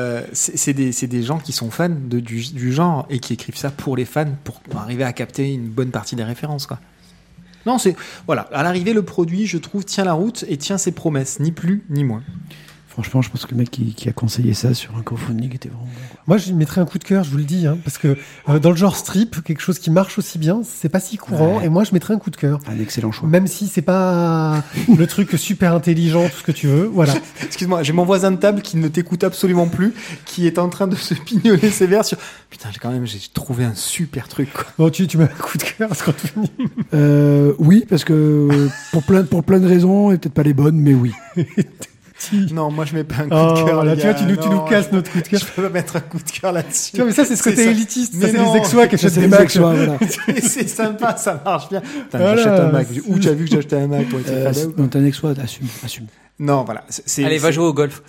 Speaker 3: des gens qui sont fans du genre et qui écrivent ça pour les fans pour arriver à capter une bonne partie des références, quoi. Non, voilà. À l'arrivée, le produit, je trouve, tient la route et tient ses promesses, ni plus ni moins.
Speaker 2: Franchement, je pense que le mec qui a conseillé ça sur un crowdfunding était vraiment bon.
Speaker 1: Moi, je mettrais un coup de cœur, je vous le dis, hein, parce que dans le genre strip, quelque chose qui marche aussi bien, c'est pas si courant, et moi, je mettrais un coup de cœur.
Speaker 2: Un excellent choix.
Speaker 1: Même si c'est pas le truc super intelligent, tout ce que tu veux, voilà.
Speaker 3: Excuse-moi, j'ai mon voisin de table qui ne t'écoute absolument plus, qui est en train de se pignoler sévère sur. Putain, j'ai trouvé un super truc, quoi.
Speaker 1: Bon, tu mets un coup de cœur, ce qu'on te finit.
Speaker 2: Oui, parce que pour plein de raisons, et peut-être pas les bonnes, mais oui.
Speaker 3: Non, moi je mets pas un coup de cœur.
Speaker 1: Là, tu vois, tu nous casses notre coup de cœur.
Speaker 3: Je peux pas mettre un coup de cœur là-dessus.
Speaker 1: Tu vois, mais ça, c'est ce côté élitiste. Ça, c'est les Aixois qui achètent des Macs.
Speaker 2: Voilà.
Speaker 3: C'est sympa, ça marche bien. Putain, j'achète un Mac. Où tu as vu que j'ai acheté un Mac?
Speaker 2: Non, t'es un Aixois, assume.
Speaker 3: Non, voilà.
Speaker 4: Allez, va jouer au golf.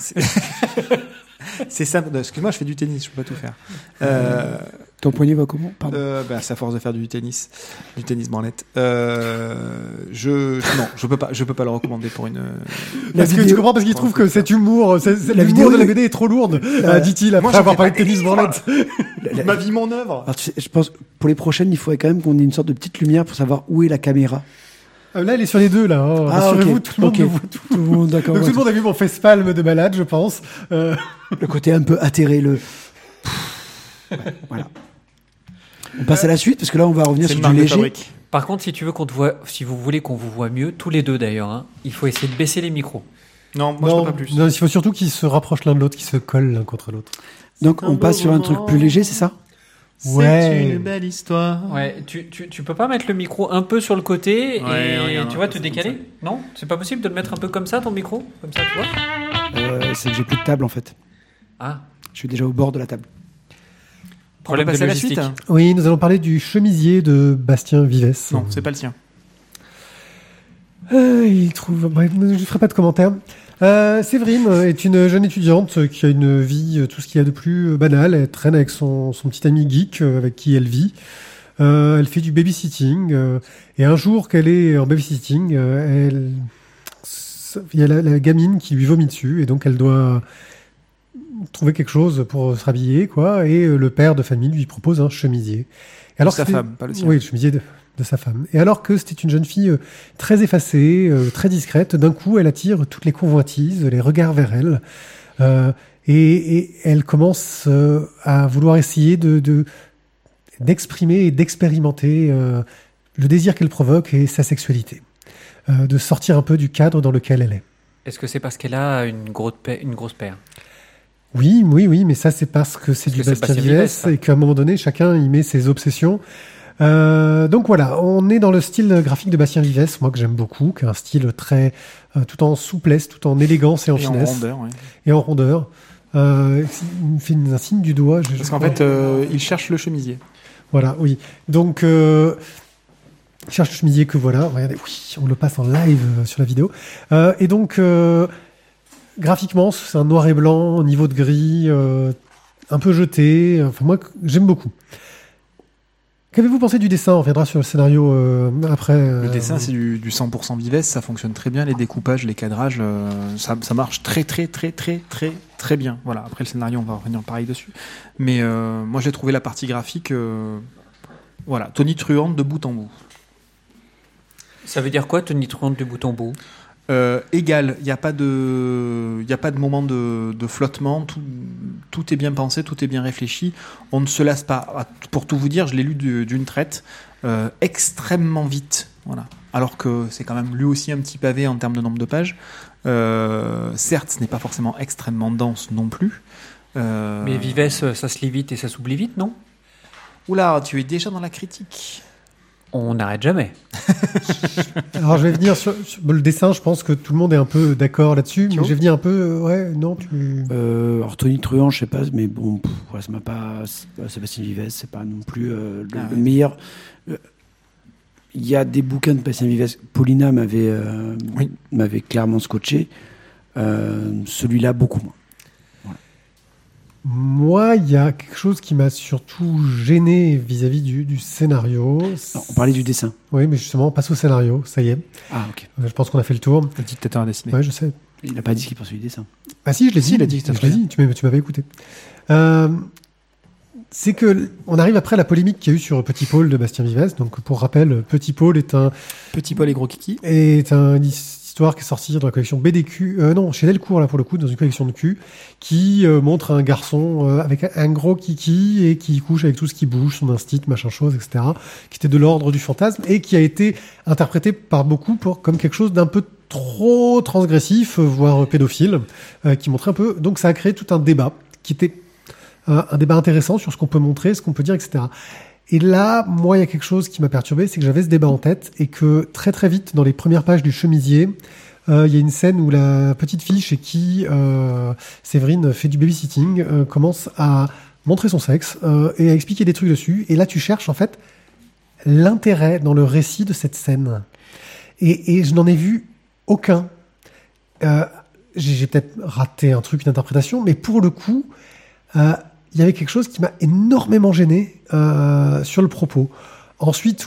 Speaker 3: C'est simple. Excuse-moi, je fais du tennis, je peux pas tout faire.
Speaker 2: Ton poignet va comment? Pardon.
Speaker 3: C'est à force de faire du tennis branlette. Non, je peux pas le recommander pour une.
Speaker 1: Parce que tu comprends, parce qu'il trouve que cet humour, l'humour de la BD est trop lourde, dit-il après avoir parlé de tennis branlette.
Speaker 3: Ma vie, mon œuvre.
Speaker 2: Alors, je pense pour les prochaines, il faudrait quand même qu'on ait une sorte de petite lumière pour savoir où est la caméra.
Speaker 1: Là, elle est sur les deux, là. Oh, rassurez-vous,
Speaker 2: okay.
Speaker 1: tout le monde me voit tout.
Speaker 2: Tout le monde, d'accord.
Speaker 1: Donc, tout le monde a vu mon facepalm de malade, je pense.
Speaker 2: Le côté un peu atterré, voilà. On passe à la suite, parce que là, on va revenir sur du léger.
Speaker 4: Par contre, si vous voulez qu'on vous voit mieux, tous les deux d'ailleurs, hein, il faut essayer de baisser les micros.
Speaker 3: Non, moi, je peux pas plus.
Speaker 1: Non, il faut surtout qu'ils se rapprochent l'un de l'autre, qu'ils se collent l'un contre l'autre.
Speaker 2: Donc, on passe sur un truc plus léger, c'est ça?
Speaker 3: C'est une belle histoire.
Speaker 4: Ouais, tu peux pas mettre le micro un peu sur le côté et tu vois te décaler? Non, c'est pas possible de le mettre un peu comme ça ton micro, comme ça, tu vois?
Speaker 2: C'est que j'ai plus de table en fait.
Speaker 4: Ah.
Speaker 2: Je suis déjà au bord de la table.
Speaker 4: Problème de logistique.
Speaker 3: Hein.
Speaker 1: Oui, nous allons parler du chemisier de Bastien Vives.
Speaker 3: Non, c'est pas le tien.
Speaker 1: Il trouve. Bref, je ne ferai pas de commentaires. Séverine est une jeune étudiante qui a une vie, tout ce qu'il y a de plus banal. Elle traîne avec son petit ami geek avec qui elle vit. Elle fait du babysitting. Et un jour qu'elle est en babysitting, il y a la gamine qui lui vomit dessus. Et donc elle doit trouver quelque chose pour se rhabiller, quoi. Et le père de famille lui propose un chemisier.
Speaker 3: Alors sa femme, pas le sien.
Speaker 1: Oui, le chemisier de sa femme. Et alors que c'était une jeune fille très effacée, très discrète, d'un coup, elle attire toutes les convoitises, les regards vers elle. Et elle commence à vouloir essayer d'exprimer et d'expérimenter le désir qu'elle provoque et sa sexualité. De sortir un peu du cadre dans lequel elle est.
Speaker 4: Est-ce que c'est parce qu'elle a une grosse paire?
Speaker 1: Oui, mais ça c'est parce que c'est du Bastien Vives et qu'à un moment donné, chacun y met ses obsessions. Donc voilà, on est dans le style graphique de Bastien Vives, moi que j'aime beaucoup, qui a un style très tout en souplesse, tout en élégance et en finesse.
Speaker 3: En rondeur, ouais.
Speaker 1: Et en rondeur. Il me fait un signe du doigt.
Speaker 3: Parce qu'en fait, il cherche le chemisier.
Speaker 1: Voilà, oui. Donc, il cherche le chemisier que voilà. Regardez, oui, on le passe en live sur la vidéo. Et donc, graphiquement, c'est un noir et blanc, au niveau de gris, un peu jeté. Enfin, moi, j'aime beaucoup. Qu'avez-vous pensé du dessin ? On reviendra sur le scénario après.
Speaker 3: Le dessin, c'est du 100% Vives, ça fonctionne très bien. Les découpages, les cadrages, ça marche très bien. Voilà. Après le scénario, on va revenir pareil dessus. Mais moi, j'ai trouvé la partie graphique, voilà, tonitruante de bout en bout.
Speaker 4: Ça veut dire quoi, tonitruante de bout en bout ?
Speaker 3: Égal, il n'y a pas de moment de flottement, tout est bien pensé, tout est bien réfléchi, on ne se lasse pas. Pour tout vous dire, je l'ai lu d'une traite, extrêmement vite, voilà. Alors que c'est quand même lui aussi un petit pavé en termes de nombre de pages. Certes, ce n'est pas forcément extrêmement dense non plus.
Speaker 4: Mais Vives, ça se lit vite et ça s'oublie vite, non ?
Speaker 3: Oula, tu es déjà dans la critique.
Speaker 4: On n'arrête jamais.
Speaker 1: Alors, je vais venir sur le dessin. Je pense que tout le monde est un peu d'accord là-dessus. Mais je vais venir un peu. Ouais, non,
Speaker 2: alors, tonitruant, je sais pas, mais bon, voilà, ça m'a pas. Bastien Vives, c'est pas non plus le meilleur. Il y a des bouquins de Bastien Vives. Paulina m'avait clairement scotché. Celui-là, beaucoup moins.
Speaker 1: Moi, il y a quelque chose qui m'a surtout gêné vis-à-vis du scénario.
Speaker 2: Non, on parlait du dessin.
Speaker 1: Oui, mais justement, on passe au scénario, ça y est.
Speaker 2: Ah, ok.
Speaker 1: Je pense qu'on a fait le tour.
Speaker 3: Le dictateur a dessiné.
Speaker 1: Oui, je sais.
Speaker 2: Il n'a pas dit qu'il pensait du dessin.
Speaker 1: Ah si, je l'ai dit.
Speaker 3: Il a dit que
Speaker 1: je l'ai dit, tu m'avais écouté. C'est que on arrive après la polémique qu'il y a eu sur Petit Paul de Bastien Vives. Donc, pour rappel, Petit Paul est un...
Speaker 3: Petit Paul et Gros Kiki.
Speaker 1: Est une histoire qui est sortie dans la collection BDQ, non, chez Delcourt, là, pour le coup, dans une collection de cul, qui montre un garçon avec un gros kiki et qui couche avec tout ce qui bouge, son instinct, machin chose, etc., qui était de l'ordre du fantasme et qui a été interprété par beaucoup comme quelque chose d'un peu trop transgressif, voire pédophile, qui montrait un peu... Donc ça a créé tout un débat, qui était un débat intéressant sur ce qu'on peut montrer, ce qu'on peut dire, etc. Et là, moi, il y a quelque chose qui m'a perturbé, c'est que j'avais ce débat en tête et que très très vite, dans les premières pages du chemisier, il y a une scène où la petite fille chez qui Séverine fait du babysitting commence à montrer son sexe et à expliquer des trucs dessus. Et là, tu cherches en fait l'intérêt dans le récit de cette scène. Et je n'en ai vu aucun. J'ai peut-être raté un truc, une interprétation, mais pour le coup... il y avait quelque chose qui m'a énormément gêné sur le propos. Ensuite,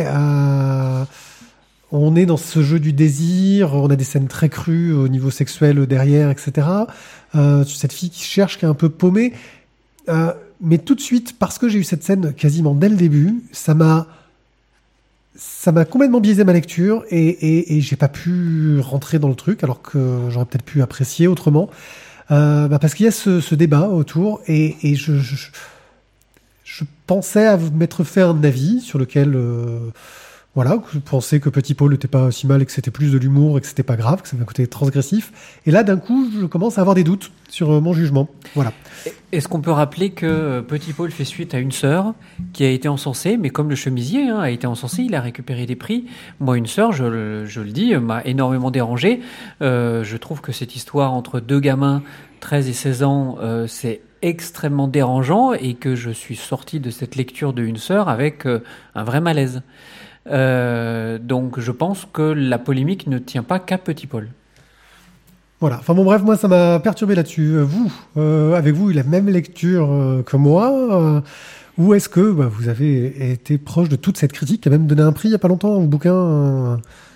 Speaker 1: on est dans ce jeu du désir, on a des scènes très crues au niveau sexuel derrière, etc. Cette fille qui cherche, qui est un peu paumée. Mais tout de suite, parce que j'ai eu cette scène quasiment dès le début, ça m'a complètement biaisé ma lecture et j'ai pas pu rentrer dans le truc, alors que j'aurais peut-être pu apprécier autrement. Parce qu'il y a ce débat autour et je pensais à vous m'être fait un avis sur lequel je pensais que Petit Paul n'était pas si mal et que c'était plus de l'humour et que c'était pas grave, que ça avait un côté transgressif. Et là, d'un coup, je commence à avoir des doutes sur mon jugement. Voilà.
Speaker 4: Est-ce qu'on peut rappeler que Petit Paul fait suite à une sœur qui a été encensée, mais comme le chemisier a été encensé, il a récupéré des prix. Moi, une sœur, je le dis, m'a énormément dérangé. Je trouve que cette histoire entre deux gamins, 13 et 16 ans, c'est extrêmement dérangeant et que je suis sorti de cette lecture de Une sœur avec un vrai malaise. Donc je pense que la polémique ne tient pas qu'à Petit Paul.
Speaker 1: Voilà. Enfin bon, bref, moi ça m'a perturbé là-dessus. Vous, avec vous, la même lecture que moi, ou est-ce que vous avez été proche de toute cette critique, qui a même donné un prix il y a pas longtemps au bouquin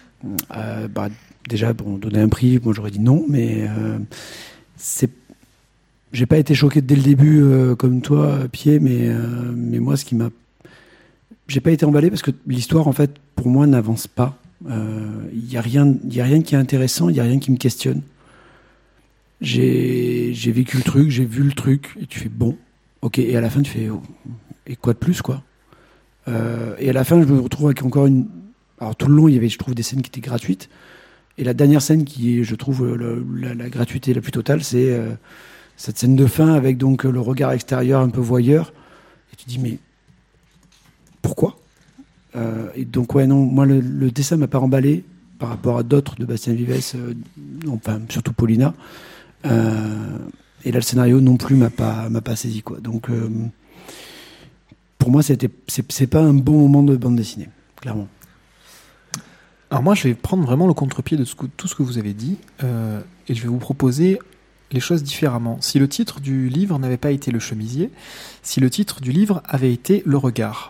Speaker 2: Déjà, donner un prix, moi j'aurais dit non, mais j'ai pas été choqué dès le début comme toi, Pierre, mais moi j'ai pas été emballé parce que l'histoire, en fait, pour moi, n'avance pas. Il y a rien qui est intéressant, il y a rien qui me questionne. J'ai vécu le truc, j'ai vu le truc, et tu fais bon, ok, et à la fin tu fais et quoi de plus, quoi. Et à la fin je me retrouve avec encore une... Alors tout le long il y avait, je trouve, des scènes qui étaient gratuites, et la dernière scène qui est, je trouve, la gratuité la plus totale, c'est cette scène de fin avec donc le regard extérieur un peu voyeur, et tu dis mais pourquoi ? Et donc, ouais, non, moi, le dessin m'a pas emballé par rapport à d'autres de Bastien Vives, enfin, surtout Paulina. Et là, le scénario non plus m'a pas saisi, quoi. Donc, pour moi, c'est pas un bon moment de bande dessinée, clairement.
Speaker 3: Alors moi, je vais prendre vraiment le contre-pied de tout ce que vous avez dit, et je vais vous proposer les choses différemment. Si le titre du livre n'avait pas été Le Chemisier, si le titre du livre avait été Le Regard,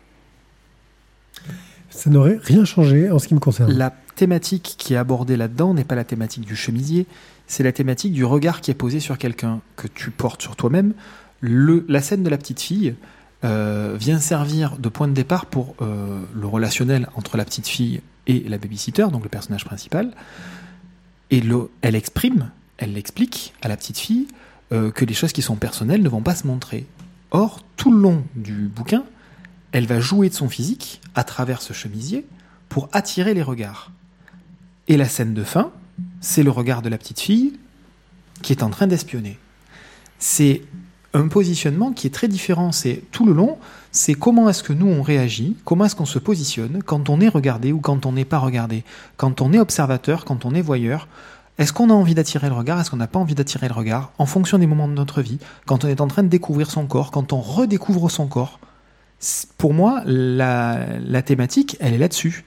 Speaker 1: ça n'aurait rien changé en ce qui me concerne.
Speaker 3: La thématique qui est abordée là-dedans n'est pas la thématique du chemisier, c'est la thématique du regard qui est posé sur quelqu'un que tu portes sur toi-même. La scène de la petite fille vient servir de point de départ pour le relationnel entre la petite fille et la babysitter, donc le personnage principal. Et elle explique à la petite fille que les choses qui sont personnelles ne vont pas se montrer. Or, tout le long du bouquin, elle va jouer de son physique à travers ce chemisier pour attirer les regards. Et la scène de fin, c'est le regard de la petite fille qui est en train d'espionner. C'est un positionnement qui est très différent. C'est tout le long, c'est comment est-ce que nous on réagit, comment est-ce qu'on se positionne quand on est regardé ou quand on n'est pas regardé, quand on est observateur, quand on est voyeur. Est-ce qu'on a envie d'attirer le regard, est-ce qu'on n'a pas envie d'attirer le regard, en fonction des moments de notre vie, quand on est en train de découvrir son corps, quand on redécouvre son corps. Pour moi, la thématique, elle est là-dessus.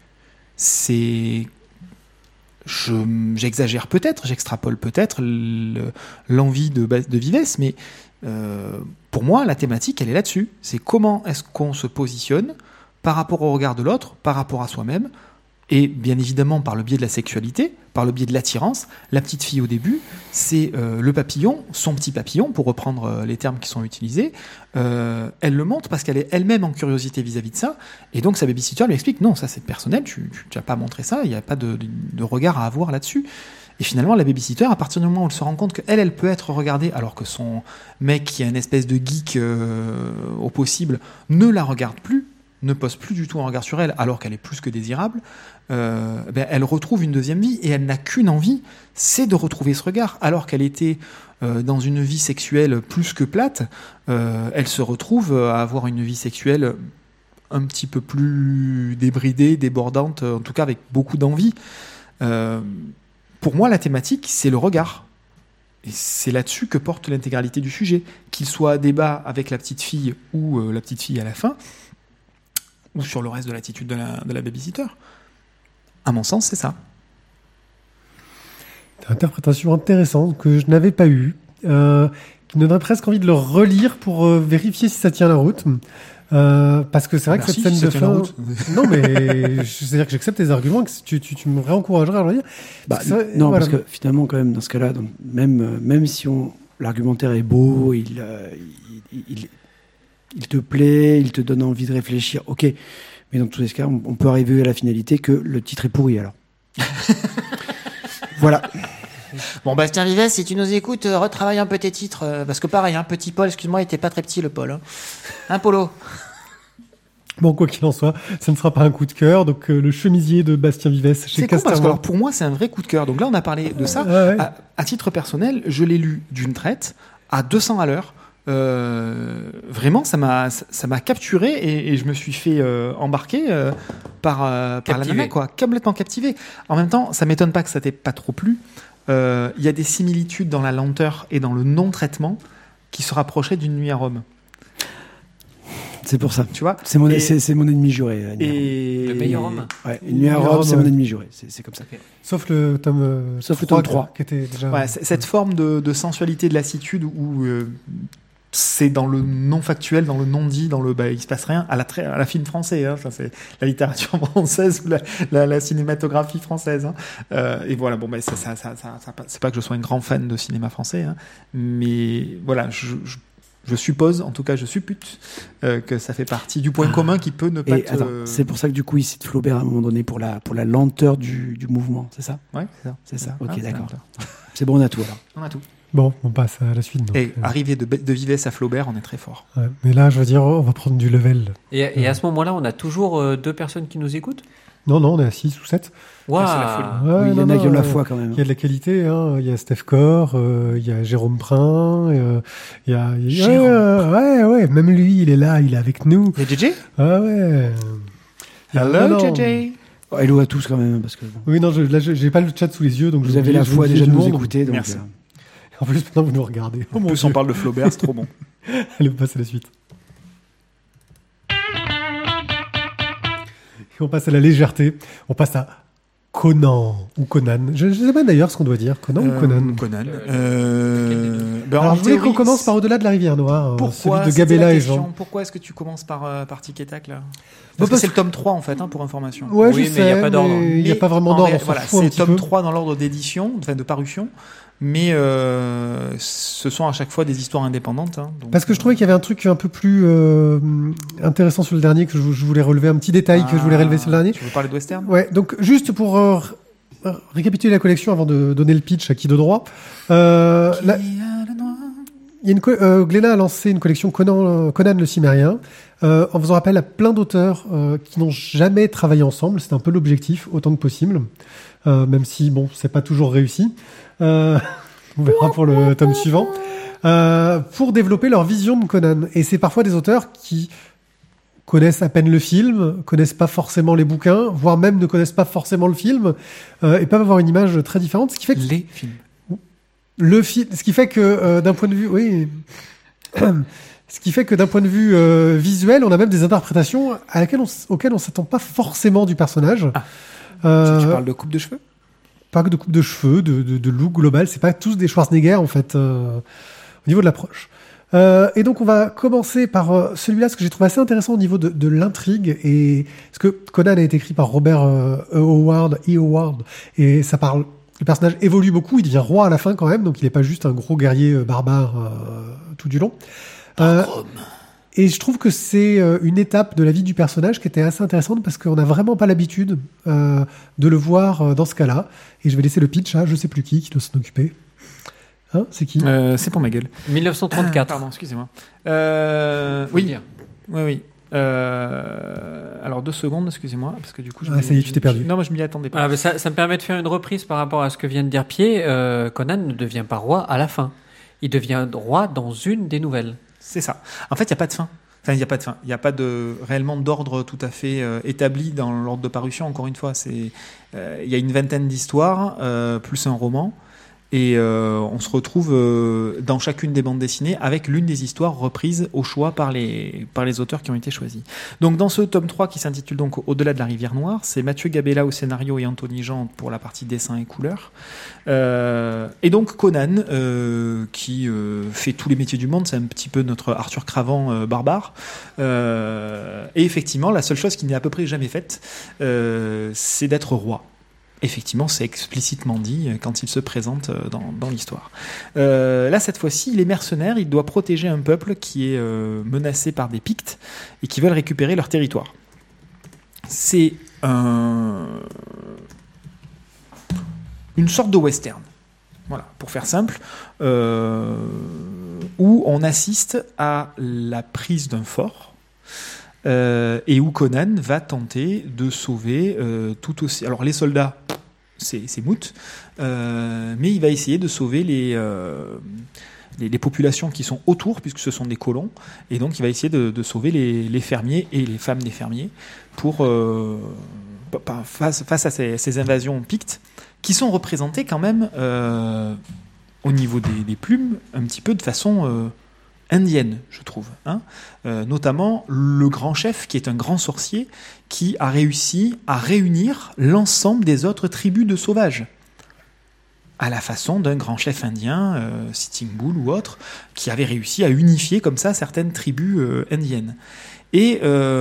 Speaker 3: J'exagère peut-être, j'extrapole peut-être l'envie de Vives, mais pour moi, la thématique, elle est là-dessus. C'est comment est-ce qu'on se positionne par rapport au regard de l'autre, par rapport à soi-même, et bien évidemment par le biais de la sexualité, par le biais de l'attirance. La petite fille au début, c'est le papillon, son petit papillon, pour reprendre les termes qui sont utilisés. Elle le montre parce qu'elle est elle-même en curiosité vis-à-vis de ça, et donc sa babysitter lui explique, non, ça c'est personnel, tu n'as pas montré ça, il n'y a pas de regard à avoir là-dessus. Et finalement, la babysitter, à partir du moment où elle se rend compte qu'elle peut être regardée, alors que son mec, qui est une espèce de geek au possible, ne la regarde plus, ne pose plus du tout un regard sur elle, alors qu'elle est plus que désirable, elle retrouve une deuxième vie, et elle n'a qu'une envie, c'est de retrouver ce regard. Alors qu'elle était dans une vie sexuelle plus que plate, elle se retrouve à avoir une vie sexuelle un petit peu plus débridée, débordante, en tout cas avec beaucoup d'envie. Pour moi, la thématique, c'est le regard. Et c'est là-dessus que porte l'intégralité du sujet. Qu'il soit à débat avec la petite fille ou la petite fille à la fin, ou sur le reste de l'attitude de la babysitter. À mon sens, c'est ça.
Speaker 1: C'est une interprétation intéressante que je n'avais pas eue, qui me donnerait presque envie de le relire pour vérifier si ça tient la route. Parce que c'est vrai que cette scène de fin... Non, mais c'est-à-dire que j'accepte tes arguments, que tu me réencouragerais à le relire.
Speaker 2: Non, parce que finalement, quand même, dans ce cas-là, même si l'argumentaire est beau, il te plaît, il te donne envie de réfléchir, ok. Mais dans tous les cas, on peut arriver à la finalité que le titre est pourri, alors. Voilà.
Speaker 5: Bon, Bastien Vives, si tu nous écoutes, retravaille un peu tes titres, parce que pareil, petit Paul, excuse-moi, il était pas très petit, le Paul. Hein, Polo?
Speaker 1: Bon, quoi qu'il en soit, ça ne sera pas un coup de cœur. Donc, le chemisier de Bastien Vives chez
Speaker 3: C'est cool, parce que alors, pour moi, c'est un vrai coup de cœur. Donc là, on a parlé de ça.
Speaker 1: Ouais.
Speaker 3: À titre personnel, je l'ai lu d'une traite, à 200 à l'heure. Vraiment, ça m'a capturé et je me suis fait embarquer par la nana, quoi, complètement captivé. En même temps, ça m'étonne pas que ça t'ait pas trop plu. Il y a des similitudes dans la lenteur et dans le non-traitement qui se rapprochaient d'une nuit à Rome.
Speaker 2: C'est pour ça.
Speaker 3: Tu vois,
Speaker 2: c'est mon ennemi juré.
Speaker 4: Le meilleur homme.
Speaker 2: Ouais, une nuit à Rome, c'est mon ennemi juré. C'est comme ça.
Speaker 4: Okay.
Speaker 1: Sauf le tome 3 qui était déjà...
Speaker 3: Ouais, cette forme de sensualité, de lassitude où c'est dans le non factuel, dans le non dit, dans le il se passe rien, à la film français, hein, ça c'est la littérature française ou la cinématographie française. Hein. Et voilà, bon, ça, c'est pas que je sois un grand fan de cinéma français, hein, mais voilà, je suppose, en tout cas je suppute, que ça fait partie du point commun qui peut ne pas être...
Speaker 2: Attends, c'est pour ça que du coup il cite Flaubert à un moment donné pour la lenteur du mouvement, c'est ça?
Speaker 3: Ouais, c'est ça.
Speaker 2: C'est ça, ok,
Speaker 3: ouais,
Speaker 2: d'accord. C'est bon, on a tout alors.
Speaker 3: On a tout.
Speaker 1: Bon, on passe à la suite. Donc.
Speaker 3: Et arrivé de Vives à Flaubert, on est très fort.
Speaker 1: Ouais, mais là, je veux dire, on va prendre du level.
Speaker 4: Et à ce moment-là, on a toujours 2 personnes qui nous écoutent?
Speaker 1: Non, on est à 6 ou 7.
Speaker 4: Waouh.
Speaker 3: C'est la folie.
Speaker 1: Ouais,
Speaker 2: oui, il y en a qui ont la foi quand même.
Speaker 1: Il y a de la qualité, hein. Il y a Steph Corr, il y a Jérôme Prin, il y a
Speaker 3: Jérôme.
Speaker 1: ouais, même lui, il est là, il est avec nous.
Speaker 3: Il y a JJ?
Speaker 1: Ah ouais.
Speaker 3: Hello, JJ.
Speaker 2: Hello à tous quand même, parce que.
Speaker 1: Oui, non, là, j'ai pas le chat sous les yeux, donc
Speaker 2: vous avez la foi déjà de nous écouter, donc.
Speaker 3: Merci.
Speaker 1: En plus, maintenant, vous nous regardez.
Speaker 3: En plus, on parle de Flaubert, c'est trop bon.
Speaker 1: Allez, on passe à la suite. Et on passe à la légèreté. On passe à Conan ou Conan. Je ne sais pas d'ailleurs ce qu'on doit dire. Conan ou Conan.
Speaker 3: Conan.
Speaker 1: Alors, je voulais qu'on commence par Au-delà de la rivière noire.
Speaker 3: Pourquoi
Speaker 1: celui de Gabella et Jean.
Speaker 3: Pourquoi est-ce que tu commences par Tic et Tac là? Parce que c'est le tome 3 en fait, pour information.
Speaker 1: Ouais,
Speaker 4: oui,
Speaker 1: je sais, mais il n'y a pas d'ordre. Il n'y a pas vraiment d'ordre.
Speaker 3: Voilà, c'est le tome 3 dans l'ordre d'édition, enfin de parution. Mais ce sont à chaque fois des histoires indépendantes. Donc,
Speaker 1: parce que je trouvais qu'il y avait un truc un peu plus intéressant sur le dernier, que je voulais relever, un petit détail que je voulais relever sur le dernier.
Speaker 3: Tu veux parler de western?
Speaker 1: Ouais, donc juste pour récapituler la collection avant de donner le pitch à qui de droit. Glénat a lancé une collection Conan le Cimérien, en faisant appel à plein d'auteurs qui n'ont jamais travaillé ensemble. C'est un peu l'objectif, autant que possible. Même si, bon, c'est pas toujours réussi. On verra pour le tome suivant. Pour développer leur vision de Conan. Et c'est parfois des auteurs qui connaissent à peine le film, connaissent pas forcément les bouquins, voire même ne connaissent pas forcément le film, et peuvent avoir une image très différente. Ce qui fait que
Speaker 3: les films.
Speaker 1: Ce qui fait que d'un point de vue, oui. Ce qui fait que d'un point de vue visuel, on a même des interprétations auxquelles on s'attend pas forcément du personnage.
Speaker 3: Tu parles de coupe de cheveux?
Speaker 1: Pas que de coupe de cheveux, de look global. C'est pas tous des Schwarzenegger en fait au niveau de l'approche. Et donc on va commencer par celui-là, ce que j'ai trouvé assez intéressant au niveau de l'intrigue, et parce que Conan a été écrit par Robert Howard, et ça parle. Le personnage évolue beaucoup, il devient roi à la fin quand même, donc il n'est pas juste un gros guerrier barbare tout du long. Et je trouve que c'est une étape de la vie du personnage qui était assez intéressante, parce qu'on n'a vraiment pas l'habitude de le voir dans ce cas-là. Et je vais laisser le pitch à je sais plus qui doit s'en occuper. Hein, c'est qui?
Speaker 3: C'est pour ma gueule.
Speaker 4: 1934.
Speaker 3: Pardon, excusez-moi.
Speaker 4: Oui.
Speaker 3: Oui. Alors 2 secondes, excusez-moi, parce que du coup...
Speaker 1: ça y est, tu t'es perdu.
Speaker 3: Non, moi je m'y attendais pas.
Speaker 4: Mais ça me permet de faire une reprise par rapport à ce que vient de dire Pierre. Conan ne devient pas roi à la fin. Il devient roi dans une des nouvelles.
Speaker 3: C'est ça. En fait, il n'y a pas de fin. Enfin, il n'y a pas de fin. Il n'y a pas réellement d'ordre tout à fait établi dans l'ordre de parution. Encore une fois, il y a une vingtaine d'histoires, plus un roman. Et on se retrouve dans chacune des bandes dessinées avec l'une des histoires reprises au choix par les auteurs qui ont été choisis. Donc dans ce tome 3 qui s'intitule donc Au-delà de la rivière noire, c'est Mathieu Gabella au scénario et Anthony Jean pour la partie dessin et couleurs. Et donc Conan, qui fait tous les métiers du monde, c'est un petit peu notre Arthur Cravant barbare. Et effectivement, la seule chose qui n'est à peu près jamais faite, c'est d'être roi. Effectivement, c'est explicitement dit quand il se présente dans l'histoire. Là, cette fois-ci, il est mercenaire, il doit protéger un peuple qui est menacé par des Pictes et qui veulent récupérer leur territoire. C'est une sorte de western, voilà, pour faire simple, où on assiste à la prise d'un fort. Et où Conan va tenter de sauver tout aussi... Alors les soldats, c'est mout, mais il va essayer de sauver les populations qui sont autour, puisque ce sont des colons, et donc il va essayer de sauver les fermiers et les femmes des fermiers pour face à ces invasions pictes, qui sont représentées quand même au niveau des plumes, un petit peu de façon... indienne, je trouve, notamment le grand chef qui est un grand sorcier qui a réussi à réunir l'ensemble des autres tribus de sauvages à la façon d'un grand chef indien, Sitting Bull ou autre, qui avait réussi à unifier comme ça certaines tribus indiennes. Et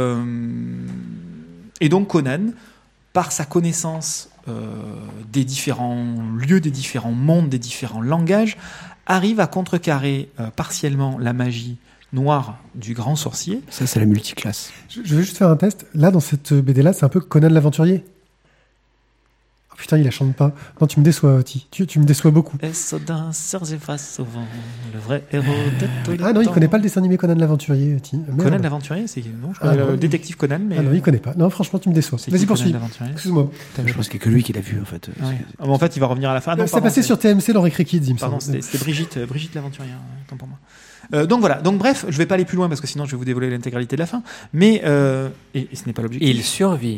Speaker 3: donc Conan, par sa connaissance des différents lieux, des différents mondes, des différents langages, arrive à contrecarrer partiellement la magie noire du grand sorcier.
Speaker 2: Ça, c'est la multiclasse.
Speaker 1: Je vais juste faire un test. Là, dans cette BD-là, c'est un peu Conan l'aventurier. Oh, putain, il la chante pas. Non, tu me déçois, Oti. Tu me déçois beaucoup.
Speaker 3: danseurs face au vent, le vrai héros de tous les temps.
Speaker 1: Ah non, il connaît pas le dessin animé Conan l'Aventurier, Oti.
Speaker 3: Conan l'Aventurier, c'est non, je connais le détective Conan, mais
Speaker 1: ah non, il connaît pas. Non, franchement, tu me déçois. Vas-y, poursuis. Excuse-moi.
Speaker 2: Je pense qu'il y a que lui qui l'a vu en fait.
Speaker 3: En fait, il va revenir à la fin.
Speaker 1: C'est passé sur TMC dans Récré Kids, il me semble.
Speaker 3: Pardon, c'était Brigitte l'Aventurière. Tant pour moi. Donc voilà. Donc bref, je vais pas aller plus loin parce que sinon je vais vous dévoiler l'intégralité de la fin. Mais et ce n'est pas l'objectif.
Speaker 4: Il survit.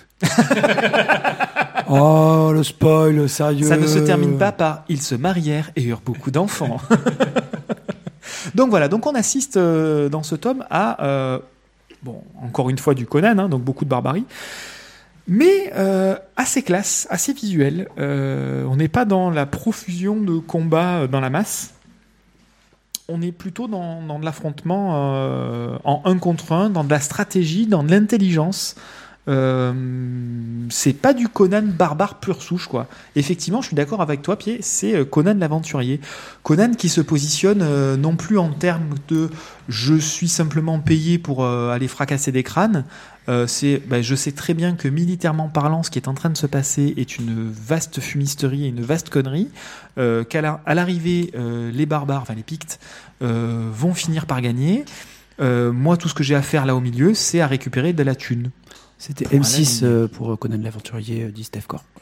Speaker 2: Oh, le spoil, sérieux.
Speaker 3: Ça ne se termine pas par ils se marièrent et eurent beaucoup d'enfants. Donc voilà, donc on assiste dans ce tome à encore une fois du Conan, donc beaucoup de barbarie, mais assez classe, assez visuel. On n'est pas dans la profusion de combats dans la masse. On est plutôt dans de l'affrontement en 1 contre 1, dans de la stratégie, dans de l'intelligence. C'est pas du Conan barbare pure souche, quoi. Effectivement, je suis d'accord avec toi, Pierre, c'est Conan l'aventurier. Conan qui se positionne non plus en termes de je suis simplement payé pour aller fracasser des crânes. Je sais très bien que militairement parlant, ce qui est en train de se passer est une vaste fumisterie et une vaste connerie. À l'arrivée, les barbares, enfin les Pictes, vont finir par gagner. Moi, tout ce que j'ai à faire là au milieu, c'est à récupérer de la thune.
Speaker 2: C'était M6 pour Conan l'Aventurier, dit Steph Core.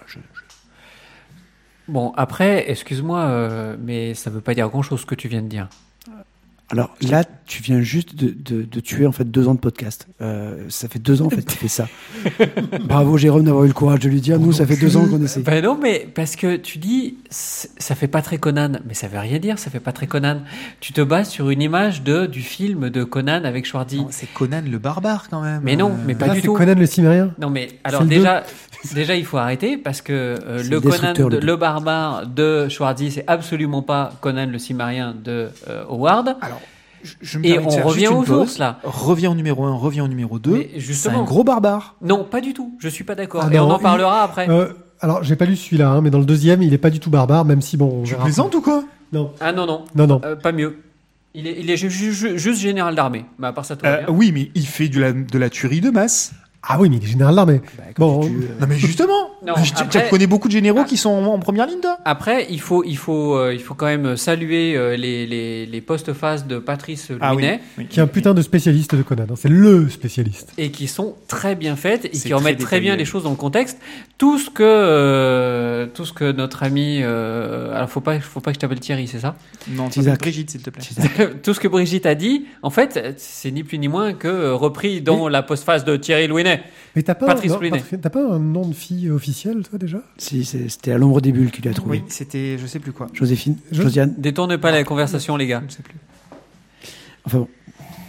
Speaker 4: Bon, après, excuse-moi, mais ça veut pas dire grand-chose ce que tu viens de dire.
Speaker 2: Alors là, tu viens juste de tuer en fait 2 ans de podcast. Ça fait 2 ans en fait que tu fais ça. Bravo Jérôme d'avoir eu le courage de lui dire. Nous, ça fait 2 ans qu'on essaie.
Speaker 4: Ben non, mais parce que tu dis ça fait pas très Conan, mais ça veut rien dire. Ça fait pas très Conan. Tu te bases sur une image du film de Conan avec Schwarzy.
Speaker 3: Non, c'est Conan le barbare quand même.
Speaker 4: Mais non, mais pas du tout.
Speaker 1: C'est Conan le Cimérien.
Speaker 4: Non, mais alors déjà, il faut arrêter parce que le Conan, le barbare de Schwarzy, c'est absolument pas Conan le Cimérien de Howard.
Speaker 3: Alors,
Speaker 4: et on revient aux sources là.
Speaker 3: Revient au numéro 1, revient au numéro 2.
Speaker 4: C'est
Speaker 3: un gros barbare.
Speaker 4: Non, pas du tout. Je suis pas d'accord. Et on en parlera après.
Speaker 1: Alors, j'ai pas lu celui-là, mais dans le deuxième, il est pas du tout barbare, même si bon.
Speaker 3: Tu plaisantes ou quoi?
Speaker 1: Non.
Speaker 4: Ah non. Pas mieux. Il est juste général d'armée. Mais à part ça, tout va bien.
Speaker 3: Oui, mais il fait de la tuerie de masse.
Speaker 1: Ah oui, mais il est général d'armée.
Speaker 3: Non, mais justement. Tu connais beaucoup de généraux qui sont en première ligne, toi.
Speaker 4: Après, il faut quand même saluer les post-phases de Patrice Luinet,
Speaker 1: qui est un putain de spécialiste de Conan. C'est le spécialiste.
Speaker 4: Et qui sont très bien faites et qui remettent très bien les choses dans le contexte. Tout ce que notre ami, alors faut pas que je t'appelle Thierry, c'est ça?
Speaker 3: Non, tu t'appelles Brigitte, s'il te plaît.
Speaker 4: Tout ce que Brigitte a dit, en fait, c'est ni plus ni moins que repris dans la post-phase de Thierry Luinet.
Speaker 1: Mais t'as pas un nom de fille officiel, toi, déjà?
Speaker 2: Si, c'était à l'ombre des bulles qu'il a trouvé.
Speaker 3: Oui, c'était je sais plus quoi.
Speaker 2: Joséphine, Josiane.
Speaker 4: Détourne pas la conversation, les gars.
Speaker 3: Je sais plus.
Speaker 2: Enfin bon.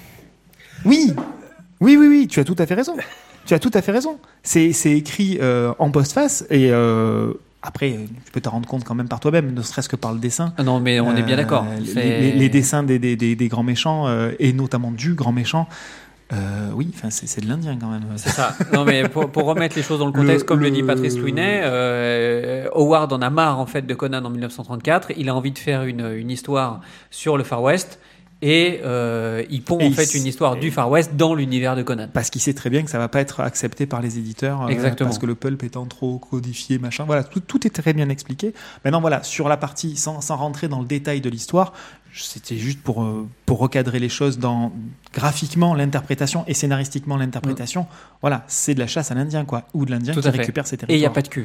Speaker 3: Oui, tu as tout à fait raison. C'est écrit en postface et après, tu peux t'en rendre compte quand même par toi-même, ne serait-ce que par le dessin.
Speaker 4: Ah non, mais on est bien d'accord.
Speaker 3: Les dessins des grands méchants et notamment du grand méchant. Oui, enfin c'est de l'Indien quand même.
Speaker 4: C'est ça. Non mais pour remettre les choses dans le contexte, comme le dit Patrice Luinet, Howard en a marre en fait de Conan en 1934. Il a envie de faire une histoire sur le Far West et il pond en fait une histoire du Far West dans l'univers de Conan.
Speaker 3: Parce qu'il sait très bien que ça va pas être accepté par les éditeurs.
Speaker 4: Exactement.
Speaker 3: Parce que le pulp étant trop codifié, machin. Voilà, tout est très bien expliqué. Maintenant voilà, sur la partie sans rentrer dans le détail de l'histoire. C'était juste pour recadrer les choses dans graphiquement l'interprétation et scénaristiquement l'interprétation. Voilà, c'est de la chasse à l'Indien, quoi. Ou de l'Indien qui récupère ses territoires.
Speaker 4: Et il n'y a pas de cul.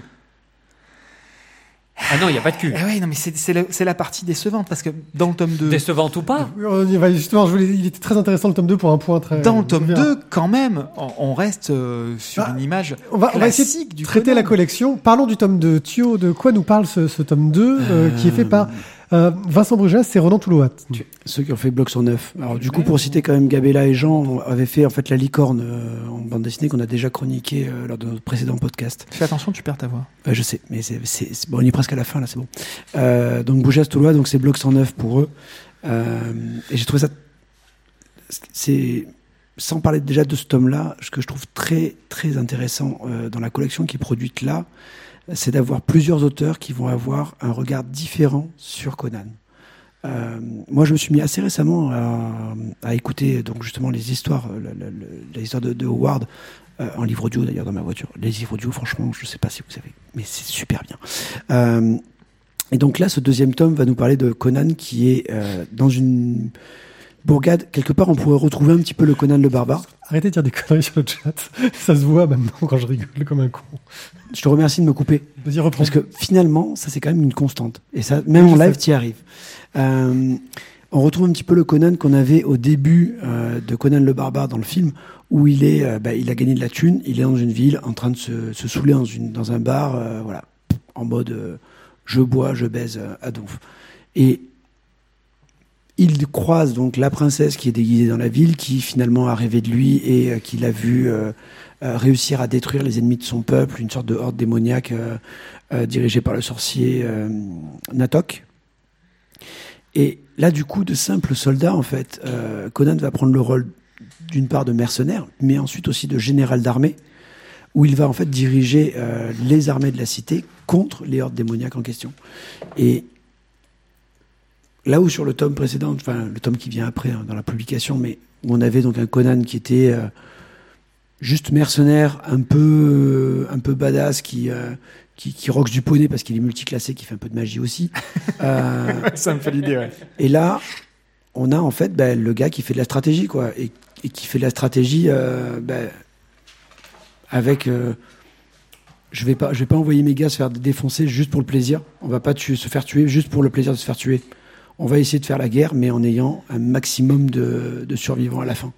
Speaker 4: Ah non, il n'y a pas de cul.
Speaker 3: Oui, non, mais c'est la partie décevante parce que dans le tome 2.
Speaker 4: Décevante ou pas?
Speaker 1: On y va, justement, il était très intéressant le tome 2 pour un point très.
Speaker 3: Dans le tome 2, quand même, on reste sur une image. On va essayer
Speaker 1: de traiter la collection. Parlons du tome 2. Thio, de quoi nous parle ce tome 2 qui est fait par. Vincent Brujas, c'est Ronan Toulouat.
Speaker 2: Ceux qui ont fait Bloc 109. Alors du coup, pour citer quand même, Gabella et Jean avaient fait en fait La Licorne en bande dessinée qu'on a déjà chroniqué lors de notre précédent podcast.
Speaker 3: Fais attention, tu perds ta voix.
Speaker 2: Je sais, mais c'est bon, on est presque à la fin là, c'est bon. Donc Brujas Toulouat, donc c'est Bloc 109 pour eux. Et j'ai trouvé ça, c'est sans parler déjà de ce tome-là, ce que je trouve très très intéressant dans la collection qui est produite là. C'est d'avoir plusieurs auteurs qui vont avoir un regard différent sur Conan. Moi, je me suis mis assez récemment à écouter donc justement les histoires, les histoires de Howard en livre audio d'ailleurs dans ma voiture. Les livres audio, franchement, je sais pas si vous savez, mais c'est super bien. Et donc là, ce deuxième tome va nous parler de Conan qui est dans une bourgade. Quelque part, on pourrait retrouver un petit peu le Conan le barbare.
Speaker 1: Arrêtez de dire des conneries sur le chat. Ça se voit maintenant quand je rigole comme un con.
Speaker 2: Je te remercie de me couper.
Speaker 1: Vas-y, reprends.
Speaker 2: Parce que finalement, ça c'est quand même une constante. Et ça, même en live, t'y arrives. On retrouve un petit peu le Conan qu'on avait au début de Conan le barbare dans le film, où il a gagné de la thune, il est dans une ville en train de se saouler dans un bar, voilà, en mode je bois, je baise à donf. Et il croise donc la princesse qui est déguisée dans la ville, qui finalement a rêvé de lui et qui l'a vu réussir à détruire les ennemis de son peuple, une sorte de horde démoniaque dirigée par le sorcier Natok. Et là, du coup, de simple soldat, en fait, Conan va prendre le rôle d'une part de mercenaire, mais ensuite aussi de général d'armée, où il va en fait diriger les armées de la cité contre les hordes démoniaques en question. Et là où sur le tome précédent, enfin le tome qui vient après dans la publication, mais où on avait donc un Conan qui était juste mercenaire, un peu badass, qui roxe du poney parce qu'il est multiclassé, qui fait un peu de magie aussi.
Speaker 3: Ça me fait l'idée, ouais.
Speaker 2: Et là, on a en fait le gars qui fait de la stratégie, quoi, et qui fait de la stratégie avec. Je vais pas envoyer mes gars se faire défoncer juste pour le plaisir. On va pas se faire tuer juste pour le plaisir de se faire tuer. On va essayer de faire la guerre, mais en ayant un maximum de survivants à la fin.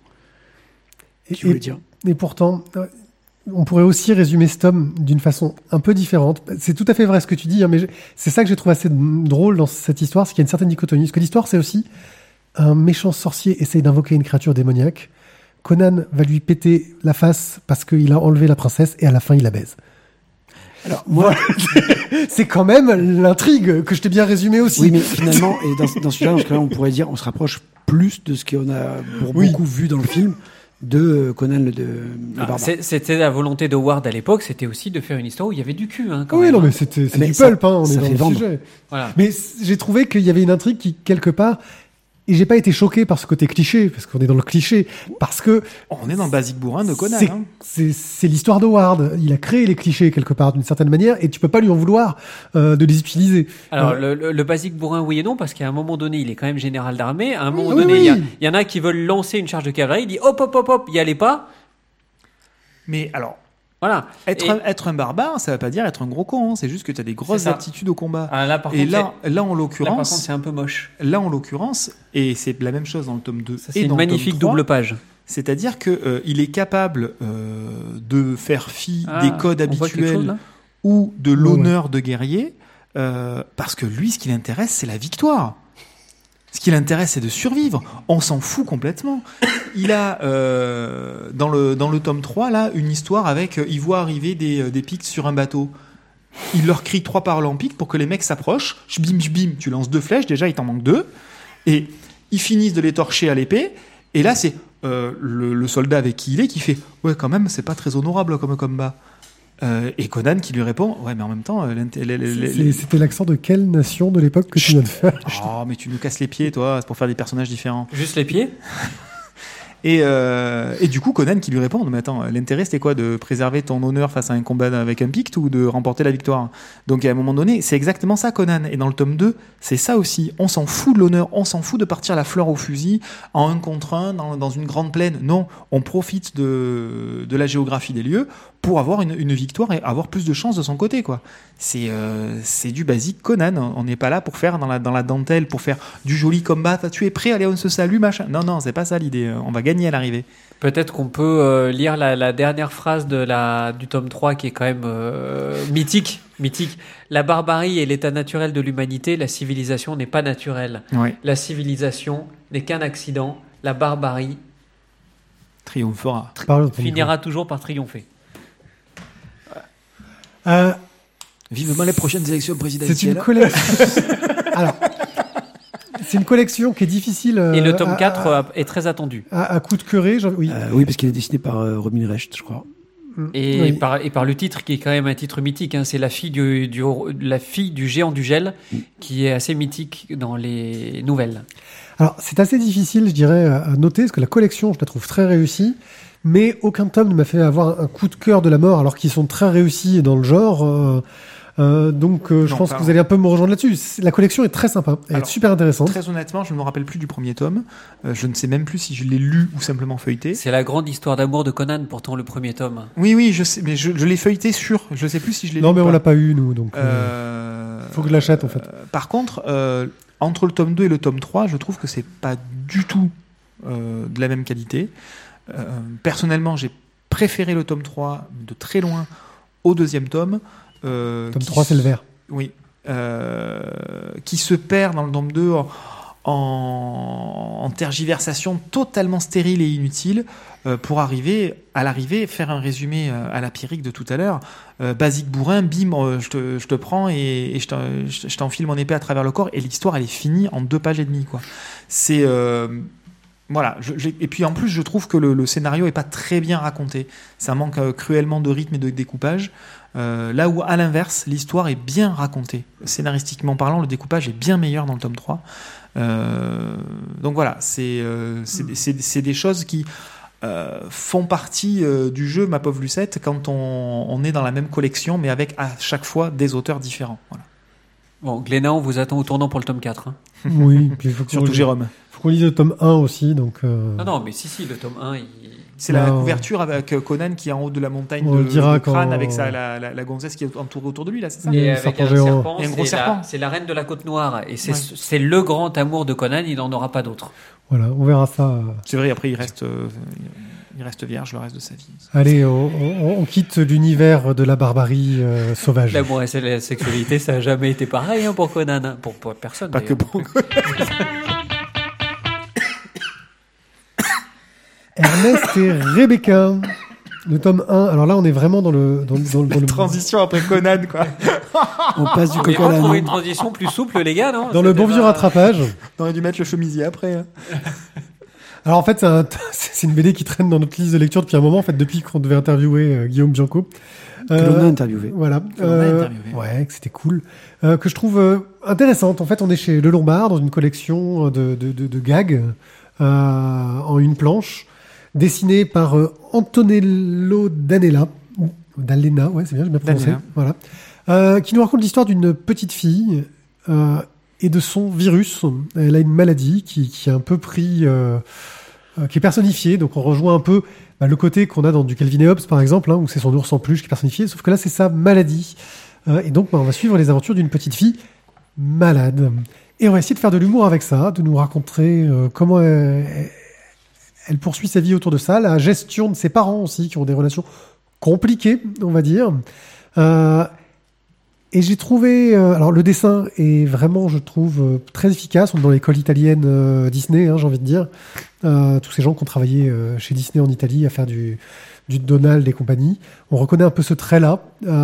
Speaker 2: Tu voulais dire ?
Speaker 1: Et pourtant, on pourrait aussi résumer ce tome d'une façon un peu différente. C'est tout à fait vrai ce que tu dis, hein, mais c'est ça que j'ai trouvé assez drôle dans cette histoire, c'est qu'il y a une certaine dichotomie. Parce que l'histoire, c'est aussi un méchant sorcier essaye d'invoquer une créature démoniaque. Conan va lui péter la face parce qu'il a enlevé la princesse et à la fin, il la baise.
Speaker 2: Alors, moi,
Speaker 1: c'est quand même l'intrigue que je t'ai bien résumé aussi.
Speaker 2: Oui, mais finalement, et dans ce cas-là, on pourrait dire, on se rapproche plus de ce qu'on a beaucoup vu dans le film de Conan le barbare.
Speaker 4: C'était la volonté de Howard à l'époque, c'était aussi de faire une histoire où il y avait du cul. Quand
Speaker 1: oui,
Speaker 4: même,
Speaker 1: non, mais c'est du pulp, on est dans le sujet.
Speaker 4: Voilà.
Speaker 1: Mais j'ai trouvé qu'il y avait une intrigue qui, quelque part, et j'ai pas été choqué par ce côté cliché, parce qu'on est dans le cliché, parce que...
Speaker 3: On est dans le basique bourrin de Conan.
Speaker 1: C'est l'histoire d'Howard. Il a créé les clichés, quelque part, d'une certaine manière, et tu peux pas lui en vouloir de les utiliser.
Speaker 4: Alors, le basique bourrin, oui et non, parce qu'à un moment donné, il est quand même général d'armée. À un moment donné, il y en a qui veulent lancer une charge de cavalerie, il dit hop, y allez pas.
Speaker 3: Mais alors...
Speaker 4: Voilà.
Speaker 3: Être un barbare, ça veut pas dire être un gros con, hein. C'est juste que tu as des grosses aptitudes au combat.
Speaker 4: Ah, là, par
Speaker 3: en l'occurrence,
Speaker 4: c'est un peu moche.
Speaker 3: Là, en l'occurrence, et c'est la même chose dans le tome 2
Speaker 4: ça, et dans le tome 3. C'est une magnifique double page.
Speaker 3: C'est-à-dire que il est capable de faire fi des codes habituels ou de l'honneur de guerrier, parce que lui, ce qui l'intéresse, c'est la victoire. Ce qui l'intéresse, c'est de survivre. On s'en fout complètement. Il a, dans le tome 3, là, une histoire avec... il voit arriver des Pictes sur un bateau. Il leur crie 3 paroles en Picte pour que les mecs s'approchent. J'bim, tu lances 2 flèches. Déjà, il t'en manque 2. Et ils finissent de les torcher à l'épée. Et là, c'est le soldat avec qui il est qui fait « Ouais, quand même, c'est pas très honorable comme combat. » Et Conan qui lui répond ouais mais en même temps
Speaker 1: c'était l'accent de quelle nation de l'époque que tu viens de faire?
Speaker 3: Oh mais tu nous casses les pieds toi, c'est pour faire des personnages différents.
Speaker 4: Juste les pieds.
Speaker 3: Et du coup Conan qui lui répond mais attends, l'intérêt c'était quoi, de préserver ton honneur face à un combat avec un Picte ou de remporter la victoire? Donc à un moment donné c'est exactement ça Conan, et dans le tome 2 c'est ça aussi, on s'en fout de l'honneur, on s'en fout de partir la fleur au fusil en 1 contre 1 dans une grande plaine, non, on profite de la géographie des lieux pour avoir une victoire et avoir plus de chances de son côté, quoi. C'est du basique Conan. On n'est pas là pour faire dans la dentelle, pour faire du joli combat. Tu es prêt, allez on se salue, machin. Non, c'est pas ça l'idée. On va gagner à l'arrivée.
Speaker 4: Peut-être qu'on peut lire la dernière phrase du tome 3 qui est quand même mythique. La barbarie est l'état naturel de l'humanité, la civilisation n'est pas naturelle.
Speaker 3: Oui.
Speaker 4: La civilisation n'est qu'un accident, la barbarie
Speaker 3: triomphera.
Speaker 4: Finira toujours par triompher.
Speaker 3: Vivement les prochaines élections présidentielles.
Speaker 1: C'est une collection. Alors, c'est une collection qui est difficile.
Speaker 4: Et le tome 4 est très attendu.
Speaker 1: À coup de curé,
Speaker 2: oui, parce qu'il est dessiné par Robin Recht, je crois.
Speaker 4: Et par le titre qui est quand même un titre mythique, hein, c'est la fille du géant du gel, qui est assez mythique dans les nouvelles.
Speaker 1: Alors c'est assez difficile, je dirais, à noter, parce que la collection, je la trouve très réussie, mais aucun tome ne m'a fait avoir un coup de cœur de la mort, alors qu'ils sont très réussis dans le genre. Je pense que vous allez un peu me rejoindre là-dessus. La collection est très sympa, elle est super intéressante.
Speaker 3: Très honnêtement, je ne me rappelle plus du premier tome. Je ne sais même plus si je l'ai lu ou simplement feuilleté.
Speaker 4: C'est la grande histoire d'amour de Conan, pourtant le premier tome.
Speaker 3: Oui, je sais, mais je l'ai feuilleté sûr. Je ne sais plus si je l'ai lu.
Speaker 1: Non, mais
Speaker 3: on
Speaker 1: l'a pas eu nous, donc faut que je l'achète en fait.
Speaker 3: Par contre, entre le tome 2 et le tome 3, je trouve que c'est pas du tout de la même qualité. Personnellement, j'ai préféré le tome 3 de très loin au deuxième tome.
Speaker 1: Tome 3, c'est le vert.
Speaker 3: Oui. Qui se perd dans le tome 2 en tergiversation totalement stérile et inutile pour arriver, à l'arrivée, faire un résumé à la Pierrick de tout à l'heure. Basique bourrin, bim, je te prends et je t'enfile mon épée à travers le corps et l'histoire, elle est finie en 2 pages et demie, quoi. C'est... Voilà, et puis en plus je trouve que le scénario est pas très bien raconté, ça manque cruellement de rythme et de découpage, là où à l'inverse l'histoire est bien racontée, scénaristiquement parlant le découpage est bien meilleur dans le tome 3, donc voilà, c'est des choses qui font partie du jeu Ma Pauvre Lucette quand on est dans la même collection mais avec à chaque fois des auteurs différents, voilà.
Speaker 4: Bon, Glénat, on vous attend au tournant pour le tome 4. Hein.
Speaker 1: Oui, puis
Speaker 3: surtout Jérôme.
Speaker 1: Faut qu'on lise le tome 1 aussi, donc...
Speaker 4: Non, mais si, le tome 1,
Speaker 3: c'est la couverture avec Conan qui est en haut de la montagne de crâne avec la gonzesse qui est entourée autour de lui, là, c'est ça?
Speaker 4: Et avec un serpent,
Speaker 3: et un gros serpent.
Speaker 4: C'est la reine de la Côte Noire, et c'est le grand amour de Conan, il n'en aura pas d'autre.
Speaker 1: Voilà, on verra ça.
Speaker 3: C'est vrai, après il reste vierge le reste de sa vie.
Speaker 1: Allez, on quitte l'univers de la barbarie sauvage.
Speaker 4: L'amour et la sexualité, ça n'a jamais été pareil hein, pour Conan, hein. Pour personne.
Speaker 3: Pas que pour
Speaker 1: Ernest et Rebecca, le tome 1. Alors là, on est vraiment dans le
Speaker 3: transition après Conan, quoi.
Speaker 2: On passe du coq à
Speaker 4: l'âne. On va trouver
Speaker 2: l'âne.
Speaker 4: une transition plus souple, les gars, non?
Speaker 1: Dans le bon vieux rattrapage.
Speaker 3: On aurait dû mettre le chemisier après. Hein.
Speaker 1: Alors en fait, c'est une BD qui traîne dans notre liste de lecture depuis un moment, en fait, depuis qu'on devait interviewer Guillaume Bianco.
Speaker 2: Que l'on a interviewé.
Speaker 1: Voilà. Ouais, que c'était cool. Que je trouve intéressante. En fait, on est chez Le Lombard, dans une collection de gags en une planche, dessinée par Antonello D'Alena, ouais, c'est bien, j'ai bien prononcé. Voilà. Qui nous raconte l'histoire d'une petite fille et de son virus. Elle a une maladie qui est un peu pris... qui est personnifiée, donc on rejoint un peu le côté qu'on a dans du Calvin et Hobbes par exemple, hein, où c'est son ours en peluche qui est personnifié, sauf que là c'est sa maladie. Et donc on va suivre les aventures d'une petite fille malade. Et on va essayer de faire de l'humour avec ça, de nous raconter comment elle poursuit sa vie autour de ça, la gestion de ses parents aussi, qui ont des relations compliquées, on va dire. Et j'ai trouvé... alors le dessin est vraiment, je trouve, très efficace. On est dans l'école italienne Disney, hein, j'ai envie de dire. Tous ces gens qui ont travaillé chez Disney en Italie à faire du Donald et compagnie. On reconnaît un peu ce trait-là.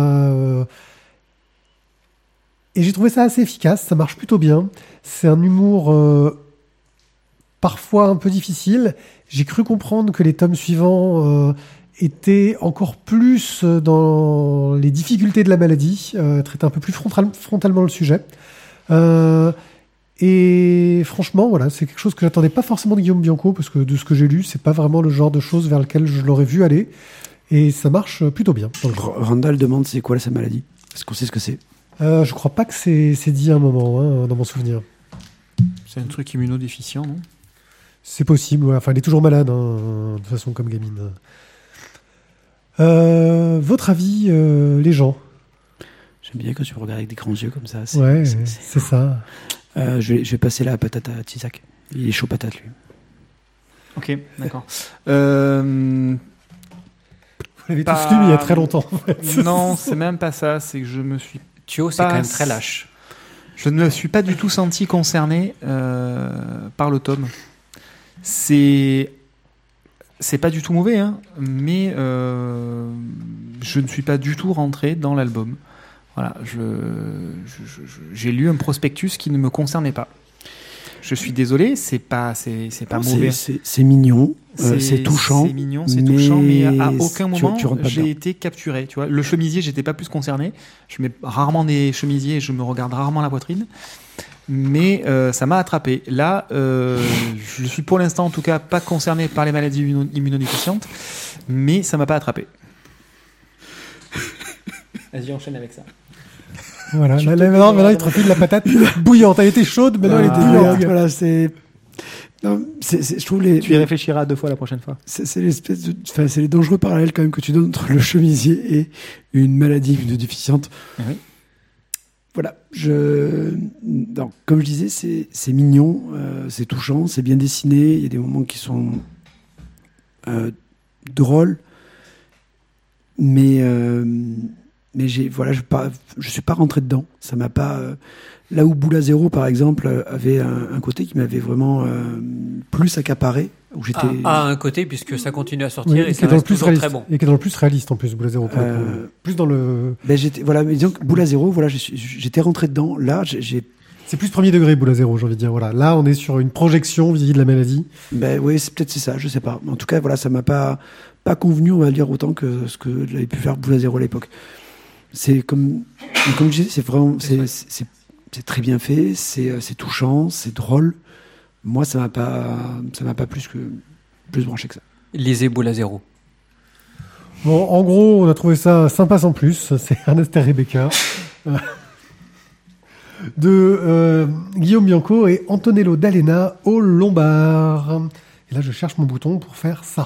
Speaker 1: Et j'ai trouvé ça assez efficace, ça marche plutôt bien. C'est un humour parfois un peu difficile. J'ai cru comprendre que les tomes suivants... était encore plus dans les difficultés de la maladie, traitait un peu plus frontalement le sujet. Et franchement, voilà, c'est quelque chose que j'attendais pas forcément de Guillaume Bianco, parce que de ce que j'ai lu, c'est pas vraiment le genre de choses vers lequel je l'aurais vu aller. Et ça marche plutôt bien.
Speaker 2: Randall demande c'est quoi sa maladie? Est-ce qu'on sait ce que c'est?
Speaker 1: Je crois pas que c'est dit à un moment, hein, dans mon souvenir.
Speaker 3: C'est un truc immunodéficient, non? C'est
Speaker 1: possible, ouais. Enfin, elle est toujours malade, hein, de toute façon, comme gamine. Votre avis, les gens?
Speaker 2: J'aime bien quand tu me regardes avec des grands yeux comme ça.
Speaker 1: C'est ça.
Speaker 2: Je vais passer la patate à Tizak. Il est chaud patate, lui.
Speaker 3: Ok, d'accord.
Speaker 1: Vous l'avez tous lu, mais il y a très longtemps. En fait.
Speaker 3: Non, c'est même pas ça. C'est que je me suis...
Speaker 4: Thio, c'est quand même très lâche.
Speaker 3: Je ne me suis pas du tout senti concerné par le tome. C'est pas du tout mauvais, hein, mais je ne suis pas du tout rentré dans l'album. Voilà, j'ai lu un prospectus qui ne me concernait pas. Je suis désolé, c'est pas mauvais.
Speaker 2: C'est mignon, C'est touchant.
Speaker 3: C'est mignon, c'est touchant, mais à aucun moment
Speaker 2: tu rentres pas
Speaker 3: j'ai
Speaker 2: dedans.
Speaker 3: été capturé. Tu vois, le chemisier, j'étais pas plus concerné. Je mets rarement des chemisiers, je me regarde rarement la poitrine. Mais ça m'a attrapé. Là, je suis pour l'instant en tout cas pas concerné par les maladies immunodéficientes, mais ça m'a pas attrapé. Vas-y, enchaîne avec ça.
Speaker 1: Voilà, maintenant il te refile la patate bouillante. Elle était chaude, maintenant elle était bouillante.
Speaker 2: Voilà, je trouve
Speaker 3: Tu y réfléchiras 2 fois la prochaine fois.
Speaker 2: C'est les dangereux parallèles quand même que tu donnes entre le chemisier et une maladie immunodéficiente.
Speaker 3: Oui.
Speaker 2: Voilà, donc, comme je disais, c'est mignon, c'est touchant, c'est bien dessiné. Il y a des moments qui sont drôles, mais je suis pas rentré dedans. Ça m'a pas. Là où Boula Zéro, par exemple, avait un côté qui m'avait vraiment plus accaparé. Où j'étais
Speaker 4: un côté, puisque ça continue à sortir,
Speaker 1: oui,
Speaker 4: et ça reste toujours très bon.
Speaker 1: Et qui est dans le plus réaliste en plus, Boula Zéro. Plus dans le.
Speaker 2: Mais disons que Boula Zéro, j'étais rentré dedans. Là,
Speaker 1: c'est plus premier degré, Boula Zéro, j'ai envie de dire. Voilà. Là, on est sur une projection vis-à-vis de la maladie.
Speaker 2: Oui, c'est ça, je sais pas. En tout cas, voilà, ça m'a pas convenu, on va dire, autant que ce que j'avais pu faire Boula Zéro à l'époque. C'est comme je disais, c'est vraiment, c'est très bien fait, c'est touchant, c'est drôle. Moi, ça m'a pas plus branché que ça.
Speaker 4: Lisez Boula Zéro.
Speaker 1: Bon, en gros, on a trouvé ça sympa sans plus. C'est Ernest et Rebecca de Guillaume Bianco et Antonello D'Alena au Lombard. Et là, je cherche mon bouton pour faire ça.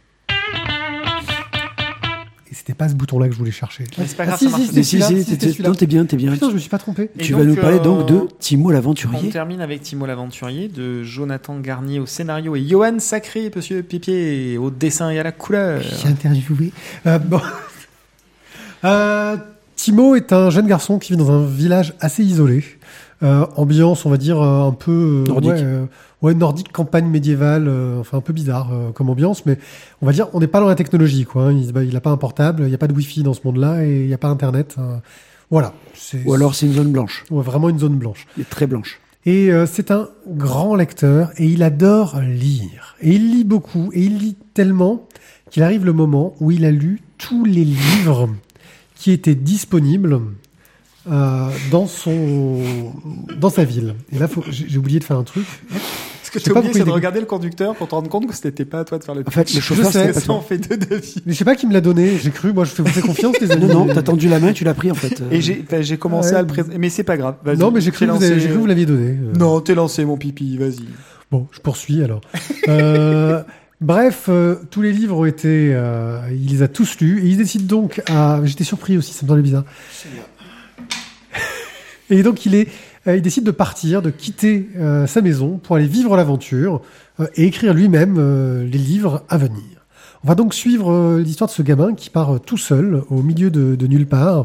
Speaker 1: Et c'était pas ce bouton-là que je voulais chercher.
Speaker 3: C'est pas grave,
Speaker 1: si,
Speaker 3: ça marche.
Speaker 2: Non, t'es bien.
Speaker 1: Putain, je me suis pas trompé.
Speaker 2: Tu vas nous parler donc de Timo l'Aventurier.
Speaker 3: On termine avec Timo l'Aventurier de Jonathan Garnier au scénario et Johan Sacré, monsieur Pipier, au dessin et à la couleur.
Speaker 1: J'ai interviewé. Timo est un jeune garçon qui vit dans un village assez isolé. Ambiance, on va dire, un peu
Speaker 2: nordique.
Speaker 1: Nordique, campagne médiévale, enfin un peu bizarre comme ambiance, mais on va dire, on n'est pas dans la technologie, quoi. Hein. Il n'a pas un portable, il n'y a pas de Wi-Fi dans ce monde-là et il n'y a pas Internet. Voilà.
Speaker 2: Ou alors c'est une zone blanche.
Speaker 1: Ouais, vraiment une zone blanche.
Speaker 2: Elle est très blanche.
Speaker 1: Et c'est un grand lecteur et il adore lire. Et il lit beaucoup et il lit tellement qu'il arrive le moment où il a lu tous les livres qui étaient disponibles dans sa ville. Et là, j'ai oublié de faire un truc.
Speaker 3: Ce que tu as oublié, c'est de regarder le conducteur pour te rendre compte que c'était pas à toi de faire le pitch.
Speaker 2: En fait, le chauffeur,
Speaker 1: c'est
Speaker 2: pas
Speaker 3: ça, on fait 2 devis.
Speaker 1: Mais je sais pas qui me l'a donné. J'ai cru, moi, je vous fais confiance, les amis.
Speaker 2: Non, t'as tendu la main, tu l'as pris, en fait.
Speaker 3: Et j'ai commencé à le présenter. Mais c'est pas grave. Vas-y.
Speaker 1: Non, mais j'ai cru que vous l'aviez donné.
Speaker 3: Non, t'es lancé, mon pipi, vas-y.
Speaker 1: Bon, je poursuis, alors. Bref, tous les livres ont été... il les a tous lus. Et il décide donc J'étais surpris aussi, ça me semblait bizarre. Et donc, il décide de partir, de quitter sa maison pour aller vivre l'aventure et écrire lui-même les livres à venir. On va donc suivre l'histoire de ce gamin qui part tout seul au milieu de nulle part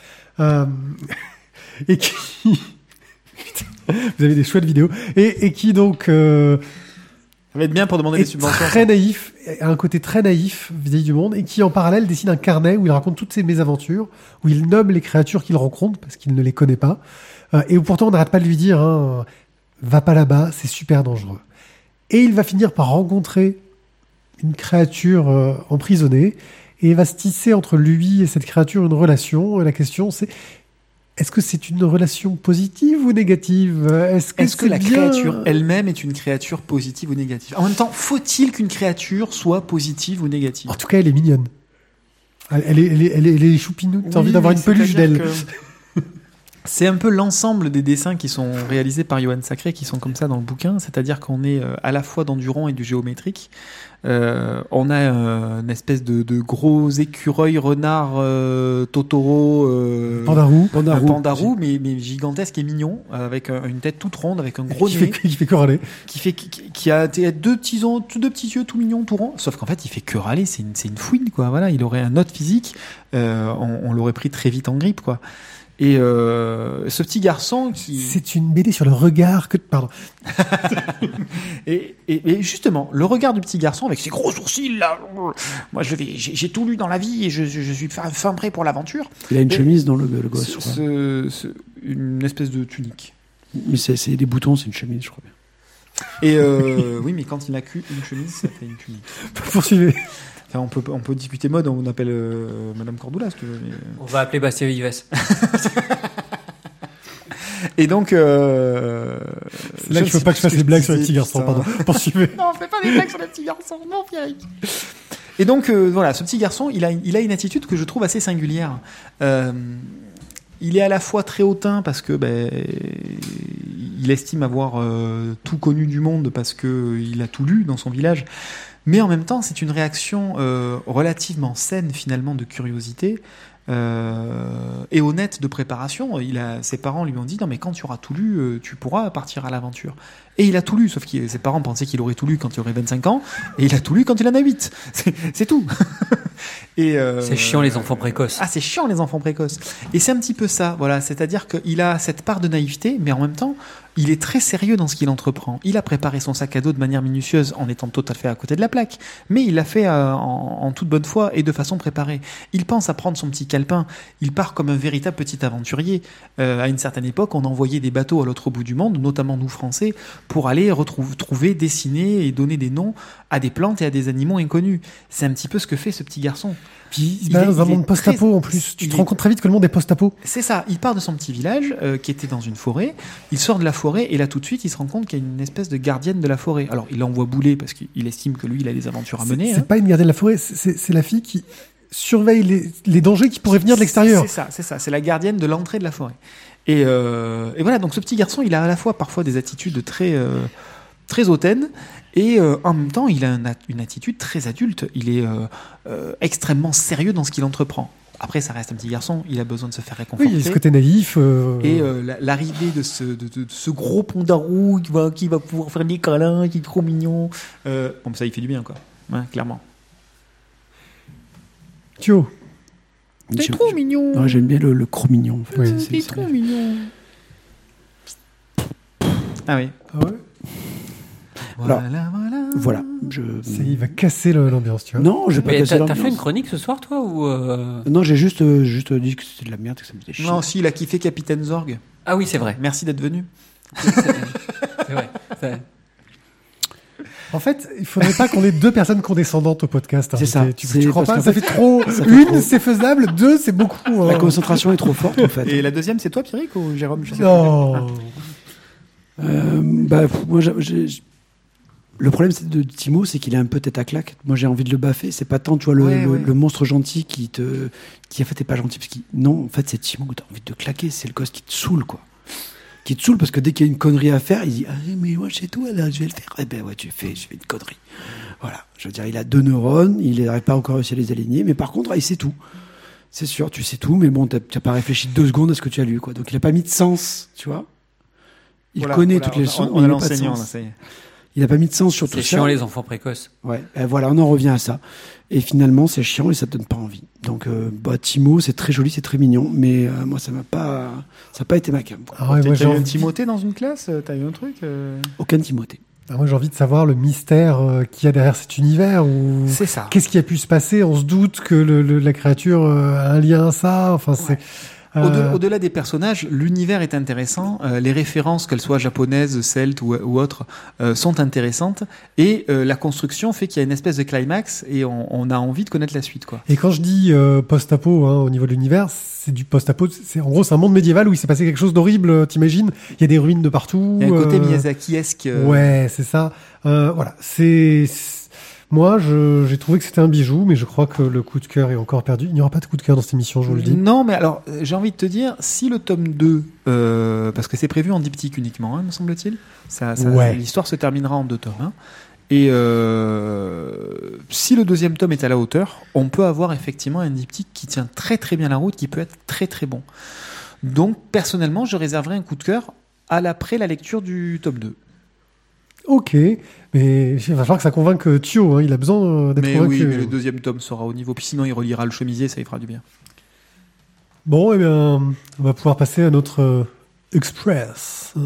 Speaker 1: et qui... Putain, vous avez des chouettes vidéos. Et qui donc...
Speaker 3: ça va être bien pour demander des subventions.
Speaker 1: Très naïf, a un côté très naïf vis-à-vis du monde, et qui en parallèle dessine un carnet où il raconte toutes ses mésaventures, où il nomme les créatures qu'il rencontre parce qu'il ne les connaît pas, et où pourtant on n'arrête pas de lui dire va pas là-bas, c'est super dangereux. Et il va finir par rencontrer une créature emprisonnée, et il va se tisser entre lui et cette créature une relation. Et la question c'est: est-ce que c'est une relation positive ou négative ? Est-ce
Speaker 3: que la créature elle-même est une créature positive ou négative ? En même temps, faut-il qu'une créature soit positive ou négative ?
Speaker 1: En tout cas, elle est mignonne. Elle est choupinoute. T'as envie d'avoir une peluche d'elle.
Speaker 3: C'est un peu l'ensemble des dessins qui sont réalisés par Johan Sacré qui sont comme ça dans le bouquin, c'est-à-dire qu'on est à la fois dans du rond et du géométrique. On a une espèce de gros écureuil renard Totoro Pandarou mais gigantesque et mignon, avec une tête toute ronde, avec un gros nez
Speaker 1: qui fait que râler,
Speaker 3: qui a deux petits yeux tout mignons, tout ronds, sauf qu'en fait il fait que râler, c'est une fouine, quoi. Voilà, il aurait un autre physique, on l'aurait pris très vite en grippe, quoi. Et ce petit garçon qui...
Speaker 1: C'est une BD sur le regard que... Pardon.
Speaker 3: et justement, le regard du petit garçon avec ses gros sourcils, là... Moi, j'ai tout lu dans la vie et je suis fin prêt pour l'aventure.
Speaker 2: Il a une chemise dans le gosse, je crois.
Speaker 3: Une espèce de tunique.
Speaker 2: Mais c'est des boutons, c'est une chemise, je crois bien.
Speaker 3: Et oui, mais quand il n'a qu'une chemise, ça fait une tunique.
Speaker 1: Poursuivez.
Speaker 3: Enfin, on peut discuter mode, on appelle Madame Cordula, si tu veux. Mais...
Speaker 4: On va appeler Bastien Vives.
Speaker 3: Et donc...
Speaker 1: c'est là que je veux pas que je fasse des blagues sur les petits garçons, pardon. Poursuivez.
Speaker 3: Non, fais pas des blagues sur les petits garçons, non, Pierrick. Et donc, voilà, ce petit garçon, il a une attitude que je trouve assez singulière. Il est à la fois très hautain parce que il estime avoir tout connu du monde parce qu'il a tout lu dans son village, mais en même temps, c'est une réaction relativement saine, finalement, de curiosité. Et honnête de préparation. Ses parents lui ont dit non mais quand tu auras tout lu, tu pourras partir à l'aventure. Et il a tout lu, sauf que ses parents pensaient qu'il aurait tout lu quand il aurait 25 ans, et il a tout lu quand il en a 8. C'est tout. Et
Speaker 4: c'est chiant les enfants précoces.
Speaker 3: Ah, c'est chiant les enfants précoces. Et c'est un petit peu ça, voilà. C'est-à-dire qu'il a cette part de naïveté, mais en même temps, il est très sérieux dans ce qu'il entreprend. Il a préparé son sac à dos de manière minutieuse en étant tout à fait à côté de la plaque, mais il l'a fait en toute bonne foi et de façon préparée. Il pense à prendre son petit calepin. Il part comme un véritable petit aventurier. À une certaine époque, on envoyait des bateaux à l'autre bout du monde, notamment nous Français, pour aller trouver, dessiner et donner des noms à des plantes et à des animaux inconnus. C'est un petit peu ce que fait ce petit garçon.
Speaker 1: Puis il va dans un monde post-apo en plus. Tu te rends compte très vite que le monde est post-apo.
Speaker 3: C'est ça. Il part de son petit village qui était dans une forêt. Il sort de la forêt et là tout de suite il se rend compte qu'il y a une espèce de gardienne de la forêt. Alors il l'envoie bouler parce qu'il estime que lui il a des aventures à mener.
Speaker 1: C'est pas une gardienne de la forêt, c'est la fille qui surveille les dangers qui pourraient venir de l'extérieur.
Speaker 3: C'est ça. C'est la gardienne de l'entrée de la forêt. Et voilà. Donc ce petit garçon il a à la fois parfois des attitudes très hautaines. Et en même temps, il a une attitude très adulte. Il est extrêmement sérieux dans ce qu'il entreprend. Après, ça reste un petit garçon. Il a besoin de se faire réconforter.
Speaker 1: Oui, il y a ce côté naïf.
Speaker 3: Et l'arrivée de ce gros pondarou qui va pouvoir faire des câlins, qui est trop mignon. Bon, ça, il fait du bien, quoi. Ouais, clairement.
Speaker 1: Thio.
Speaker 3: T'es trop mignon.
Speaker 2: Non, j'aime bien le cro-mignon. En fait.
Speaker 1: Oui.
Speaker 3: T'es trop mignon. Ah oui.
Speaker 1: Ah ouais.
Speaker 2: Voilà.
Speaker 1: Il va casser l'ambiance, tu vois.
Speaker 2: Non, je vais pas casser l'ambiance.
Speaker 4: T'as fait une chronique ce soir, toi ou
Speaker 2: Non, j'ai juste dit que c'était de la merde, que ça me faisait chier.
Speaker 3: Non, si, il a kiffé Capitaine Zorg.
Speaker 4: Ah oui, c'est vrai.
Speaker 3: Merci d'être venu.
Speaker 4: C'est vrai.
Speaker 1: En fait, il faudrait pas qu'on ait deux personnes condescendantes au podcast.
Speaker 2: C'est ça.
Speaker 1: Tu crois pas? Ça fait trop. Une, c'est faisable. Deux, c'est beaucoup.
Speaker 2: La concentration est trop forte, en fait.
Speaker 3: Et la deuxième, c'est toi, Pierrick, ou Jérôme?
Speaker 1: Non.
Speaker 2: Moi, le problème de Timo, c'est qu'il est un peu tête à claque. Moi, j'ai envie de le baffer. C'est pas tant, tu vois, le monstre gentil qui en fait, t'es pas gentil. Non, en fait, c'est Timo que t'as envie de claquer. C'est le gosse qui te saoule, quoi. Qui te saoule parce que dès qu'il y a une connerie à faire, il dit mais moi, chez toi, là, je vais le faire. Eh ben, ouais, je fais une connerie. Voilà. Je veux dire, il a 2 neurones. Il n'arrive pas encore réussi à les aligner. Mais par contre, il sait tout. C'est sûr, tu sais tout. Mais bon, t'as pas réfléchi 2 secondes à ce que tu as lu, quoi. Donc, il a pas mis de sens, tu vois. Il connaît toutes les leçons.
Speaker 3: On a l'enseignant, là, ça y est.
Speaker 2: Il n'a pas mis de sens sur tout ça.
Speaker 4: C'est chiant les enfants précoces.
Speaker 2: Ouais, voilà, on en revient à ça. Et finalement, c'est chiant et ça te donne pas envie. Donc, Timo, c'est très joli, c'est très mignon, mais moi, ça n'a pas été ma cam.
Speaker 1: Ah ouais,
Speaker 3: t'as eu un Timothée dans une classe? T'as eu un truc
Speaker 2: Aucun Timothée.
Speaker 1: Ah, moi, j'ai envie de savoir le mystère qu'il y a derrière cet univers.
Speaker 3: C'est ça.
Speaker 1: Qu'est-ce qui a pu se passer? On se doute que la créature a un lien à ça. Enfin, c'est...
Speaker 3: Au-delà des personnages, l'univers est intéressant, les références, qu'elles soient japonaises, celtes ou autres, sont intéressantes, et la construction fait qu'il y a une espèce de climax, et on a envie de connaître la suite, quoi.
Speaker 1: Et quand je dis post-apo au niveau de l'univers, c'est du post-apo, en gros c'est un monde médiéval où il s'est passé quelque chose d'horrible, t'imagines? Il y a des ruines de partout.
Speaker 3: Il y a un côté Miyazaki-esque.
Speaker 1: Ouais, c'est ça. Voilà, moi, j'ai trouvé que c'était un bijou, mais je crois que le coup de cœur est encore perdu. Il n'y aura pas de coup de cœur dans cette émission, je vous le dis.
Speaker 3: Non, mais alors, j'ai envie de te dire, si le tome 2, parce que c'est prévu en diptyque uniquement, me semble-t-il, l'histoire se terminera en 2 tomes. Hein, et si le 2e tome est à la hauteur, on peut avoir effectivement un diptyque qui tient très très bien la route, qui peut être très très bon. Donc, personnellement, je réserverai un coup de cœur après la lecture du tome 2.
Speaker 1: Ok, mais il va falloir que ça convainque Thio, hein, il a besoin d'être convaincu.
Speaker 3: Oui, mais le 2e tome sera au niveau, puis sinon il relira le chemisier, ça lui fera du bien.
Speaker 1: Bon, eh bien, on va pouvoir passer à notre Express.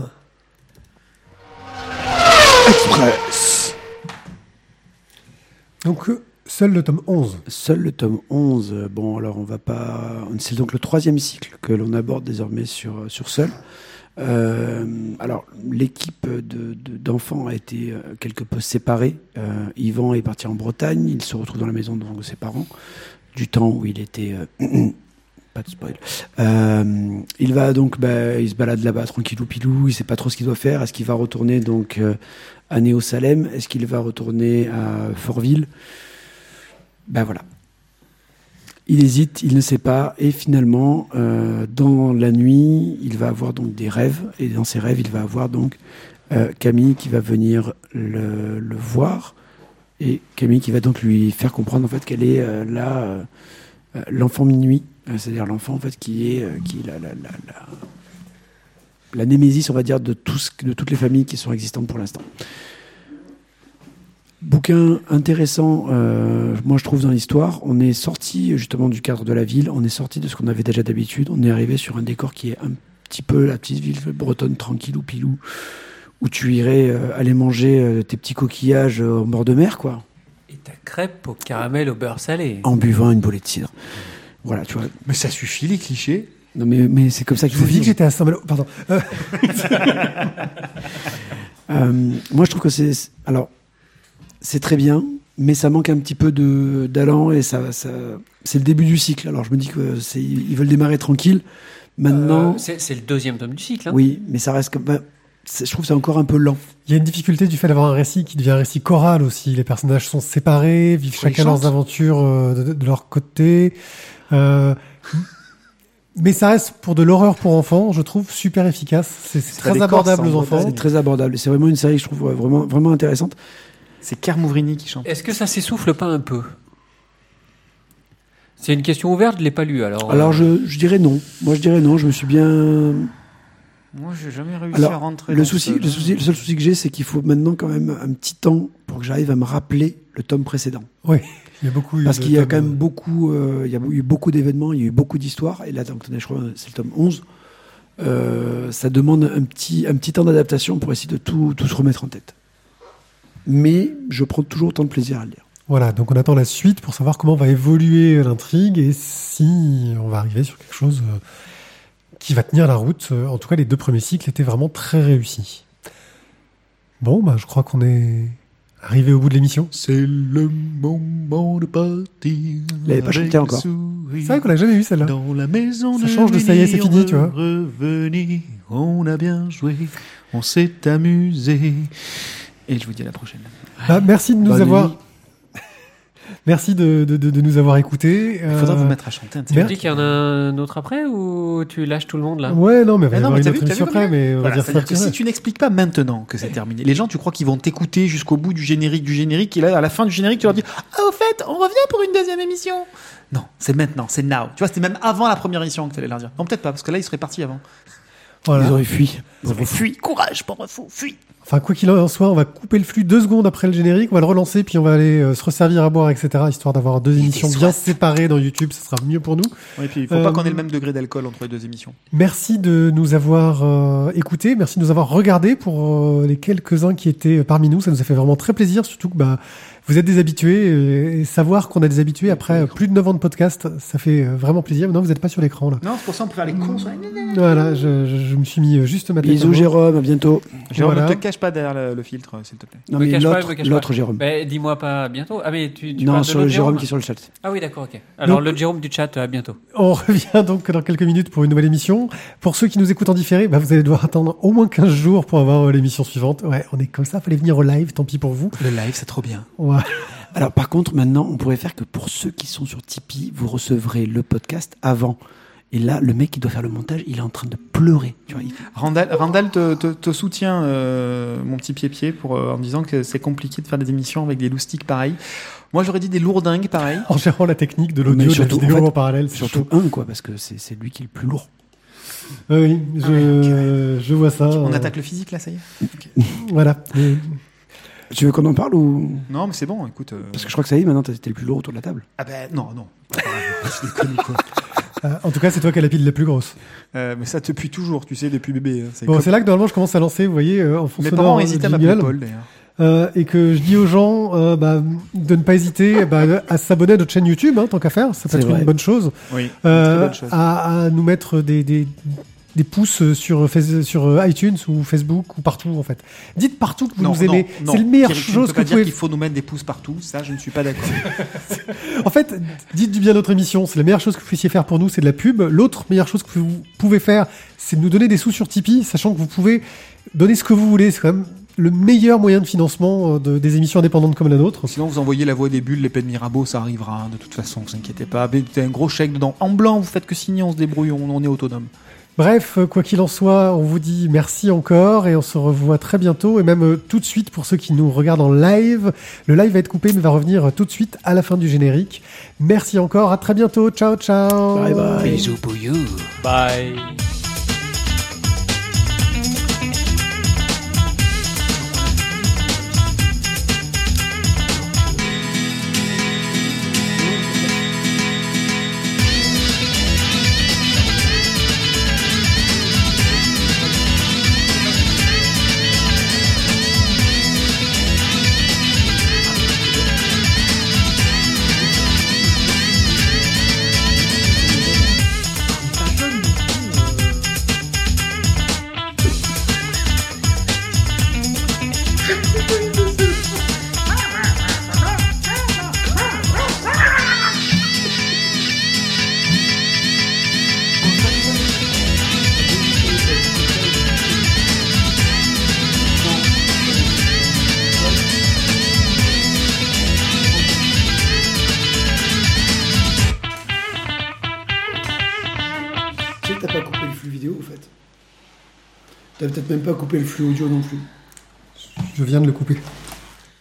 Speaker 1: Donc, seul le tome 11.
Speaker 2: Seul le tome 11. Bon, alors c'est donc le 3e cycle que l'on aborde désormais sur Seul. Alors, l'équipe d'enfants a été quelque peu séparée. Yvan est parti en Bretagne, il se retrouve dans la maison de ses parents, du temps où il était... pas de spoil. Il va donc, il se balade là-bas tranquillou pilou, il sait pas trop ce qu'il doit faire. Est-ce qu'il va retourner donc à Néo-Salem? Est-ce qu'il va retourner à Fortville? Voilà. Il hésite, il ne sait pas, et finalement, dans la nuit, il va avoir donc des rêves, et dans ces rêves, il va avoir donc Camille qui va venir le voir, et Camille qui va donc lui faire comprendre en fait qu'elle est l'enfant minuit, c'est-à-dire l'enfant en fait qui est la némésis, on va dire, de toutes les familles qui sont existantes pour l'instant. Bouquin intéressant, moi je trouve, dans l'histoire. On est sorti justement du cadre de la ville, on est sorti de ce qu'on avait déjà d'habitude, on est arrivé sur un décor qui est un petit peu la petite ville bretonne tranquille ou pilou, où tu irais aller manger tes petits coquillages au bord de mer, quoi.
Speaker 4: Et ta crêpe au caramel au beurre salé.
Speaker 2: En buvant une bolée de cidre. Voilà, tu vois.
Speaker 3: Mais ça suffit, les clichés.
Speaker 2: Non, mais c'est comme ça qu'il faut vivre.
Speaker 1: Je vous dis que j'étais à Saint-Malo. Pardon.
Speaker 2: Moi, je trouve que c'est très bien, mais ça manque un petit peu d'allant, et ça c'est le début du cycle. Alors je me dis que ils veulent démarrer tranquille. Maintenant,
Speaker 4: c'est le deuxième tome du cycle. Hein.
Speaker 2: Oui, mais ça reste comme. Je trouve que c'est encore un peu lent.
Speaker 1: Il y a une difficulté du fait d'avoir un récit qui devient un récit choral aussi. Les personnages sont séparés, vivent chacun leurs aventures de leur côté. Mais ça reste, pour de l'horreur pour enfants, je trouve super efficace. C'est très abordable aux enfants.
Speaker 2: C'est très abordable. C'est vraiment une série que je trouve vraiment, vraiment intéressante.
Speaker 3: C'est Claire Mouvrini qui chante.
Speaker 4: Est-ce que ça s'essouffle pas un peu? C'est une question ouverte, je l'ai pas lu alors.
Speaker 2: Alors je dirais non. Moi je dirais non. Je me suis bien.
Speaker 3: Moi j'ai jamais réussi à rentrer.
Speaker 2: Le seul souci que j'ai, c'est qu'il faut maintenant quand même un petit temps pour que j'arrive à me rappeler le tome précédent.
Speaker 1: Oui. Il y a beaucoup.
Speaker 2: Parce qu'il y a quand même beaucoup. Il y a eu beaucoup d'événements, il y a eu beaucoup d'histoires. Et là, donc, je crois, c'est le tome 11. Ça demande un petit temps d'adaptation pour essayer de tout se remettre en tête. Mais je prends toujours autant de plaisir à le lire.
Speaker 1: Voilà, donc on attend la suite pour savoir comment va évoluer l'intrigue et si on va arriver sur quelque chose qui va tenir la route. En tout cas, les 2 premiers cycles étaient vraiment très réussis. Bon, je crois qu'on est arrivé au bout de l'émission.
Speaker 3: C'est le moment de partir.
Speaker 2: Vous l'avez pas chanté encore.
Speaker 1: C'est vrai qu'on l'a jamais eu celle-là.
Speaker 3: Dans la maison
Speaker 1: ça change de ça y est, c'est fini, tu vois.
Speaker 3: Revenir, on a bien joué, on s'est amusé. Et je vous dis à la prochaine.
Speaker 1: Merci de nous avoir. Merci de nous avoir écoutés.
Speaker 3: Il faudra vous mettre à chanter un petit
Speaker 4: peu. Tu me dis qu'il y en a un autre après ou tu lâches tout le monde là?
Speaker 1: Ouais, non, mais on va y avoir une autre émission après. Mais on va dire ça.
Speaker 3: Si tu n'expliques pas maintenant que c'est terminé, les gens, tu crois qu'ils vont t'écouter jusqu'au bout du générique, et là, à la fin du générique, tu leur dis au fait, on revient pour une deuxième émission. Non, c'est maintenant, c'est now. Tu vois, c'était même avant la première émission que tu allais leur dire. Non, peut-être pas, parce que là, ils seraient partis avant.
Speaker 1: Voilà.
Speaker 2: Ils auraient fui.
Speaker 3: Fuis, courage, pauvre fou, fuis.
Speaker 1: Enfin, quoi qu'il en soit, on va couper le flux 2 secondes après le générique, on va le relancer, puis on va aller se resservir à boire, etc., histoire d'avoir 2 émissions bien séparées dans YouTube, ça sera mieux pour nous.
Speaker 3: Oui, et puis il faut pas qu'on ait le même degré d'alcool entre les 2 émissions.
Speaker 1: Merci de nous avoir écoutés, merci de nous avoir regardés pour les quelques-uns qui étaient parmi nous, ça nous a fait vraiment très plaisir, surtout que vous êtes des habitués, et savoir qu'on a des habitués après plus de 9 ans de podcast, ça fait vraiment plaisir. Non, vous n'êtes pas sur l'écran, là.
Speaker 3: Non, c'est pour ça qu'on peut faire les cons.
Speaker 1: Voilà, je me suis mis juste ma tête.
Speaker 2: Bisous Jérôme, à bientôt.
Speaker 3: Jérôme, ne te cache pas derrière le filtre, s'il te plaît.
Speaker 2: Non, mais l'autre Jérôme.
Speaker 4: Dis-moi pas bientôt. Ah, mais tu
Speaker 2: non, sur le Jérôme qui est sur le chat.
Speaker 4: Ah oui, d'accord, ok. Alors, le Jérôme du chat, à bientôt.
Speaker 1: On revient donc dans quelques minutes pour une nouvelle émission. Pour ceux qui nous écoutent en différé, vous allez devoir attendre au moins 15 jours pour avoir l'émission suivante. Ouais, on est comme ça, fallait venir au live, tant pis pour vous.
Speaker 3: Le live, c'est trop bien.
Speaker 1: Ouais.
Speaker 2: Alors, par contre, maintenant, on pourrait faire que pour ceux qui sont sur Tipeee, vous recevrez le podcast avant. Et là, le mec qui doit faire le montage, il est en train de pleurer. Tu vois,
Speaker 3: Randall te soutient, mon petit pied-pied, en disant que c'est compliqué de faire des émissions avec des loustiques pareils. Moi, j'aurais dit des lourdingues pareils.
Speaker 1: En gérant la technique de l'audio, de la vidéo en parallèle.
Speaker 2: Surtout quoi, parce que c'est lui qui est le plus lourd.
Speaker 1: Oui, je vois ça.
Speaker 3: On attaque le physique, là, ça y est. Okay.
Speaker 1: Voilà.
Speaker 2: Tu veux qu'on en parle ou...
Speaker 3: Non, mais c'est bon, écoute.
Speaker 2: Parce que je crois que ça y est, maintenant, t'es le plus lourd autour de la table.
Speaker 3: Ah non. Je déconne, quoi.
Speaker 1: En tout cas, c'est toi qui as la pile la plus grosse.
Speaker 3: Mais ça depuis toujours, tu sais, depuis bébé.
Speaker 1: C'est là que normalement je commence à lancer, vous voyez, en fond sonore.
Speaker 3: Mes parents hésitaient à m'appeler Paul, d'ailleurs.
Speaker 1: Et que je dis aux gens de ne pas hésiter à s'abonner à notre chaîne YouTube, tant qu'à faire, ça peut être une bonne chose.
Speaker 3: Oui, une très bonne chose.
Speaker 1: À nous mettre des des pouces sur iTunes ou Facebook ou partout en fait. Dites partout que vous nous aimez.
Speaker 3: Non,
Speaker 1: c'est la meilleure
Speaker 3: Pierrick,
Speaker 1: chose que vous pouvez.
Speaker 3: Il faut nous mettre des pouces partout. Ça, je ne suis pas d'accord.
Speaker 1: En fait, dites du bien de notre émission. C'est la meilleure chose que vous puissiez faire pour nous, c'est de la pub. L'autre meilleure chose que vous pouvez faire, c'est de nous donner des sous sur Tipeee, sachant que vous pouvez donner ce que vous voulez. C'est quand même le meilleur moyen de financement des émissions indépendantes comme la nôtre.
Speaker 3: Sinon, vous envoyez La Voix des Bulles, l'épée de Mirabeau, ça arrivera. Hein, de toute façon, vous inquiétez pas. Mettez un gros chèque dedans. En blanc, vous faites que signer, on se débrouille, on est autonome.
Speaker 1: Bref, quoi qu'il en soit, on vous dit merci encore et on se revoit très bientôt et même tout de suite pour ceux qui nous regardent en live. Le live va être coupé mais va revenir tout de suite à la fin du générique. Merci encore, à très bientôt. Ciao, ciao.
Speaker 2: Bye bye.
Speaker 5: Bisous pour you.
Speaker 4: Bye.
Speaker 2: T'as pas coupé le flux vidéo en fait. T'as peut-être même pas coupé le flux audio non plus.
Speaker 1: Je viens de le couper.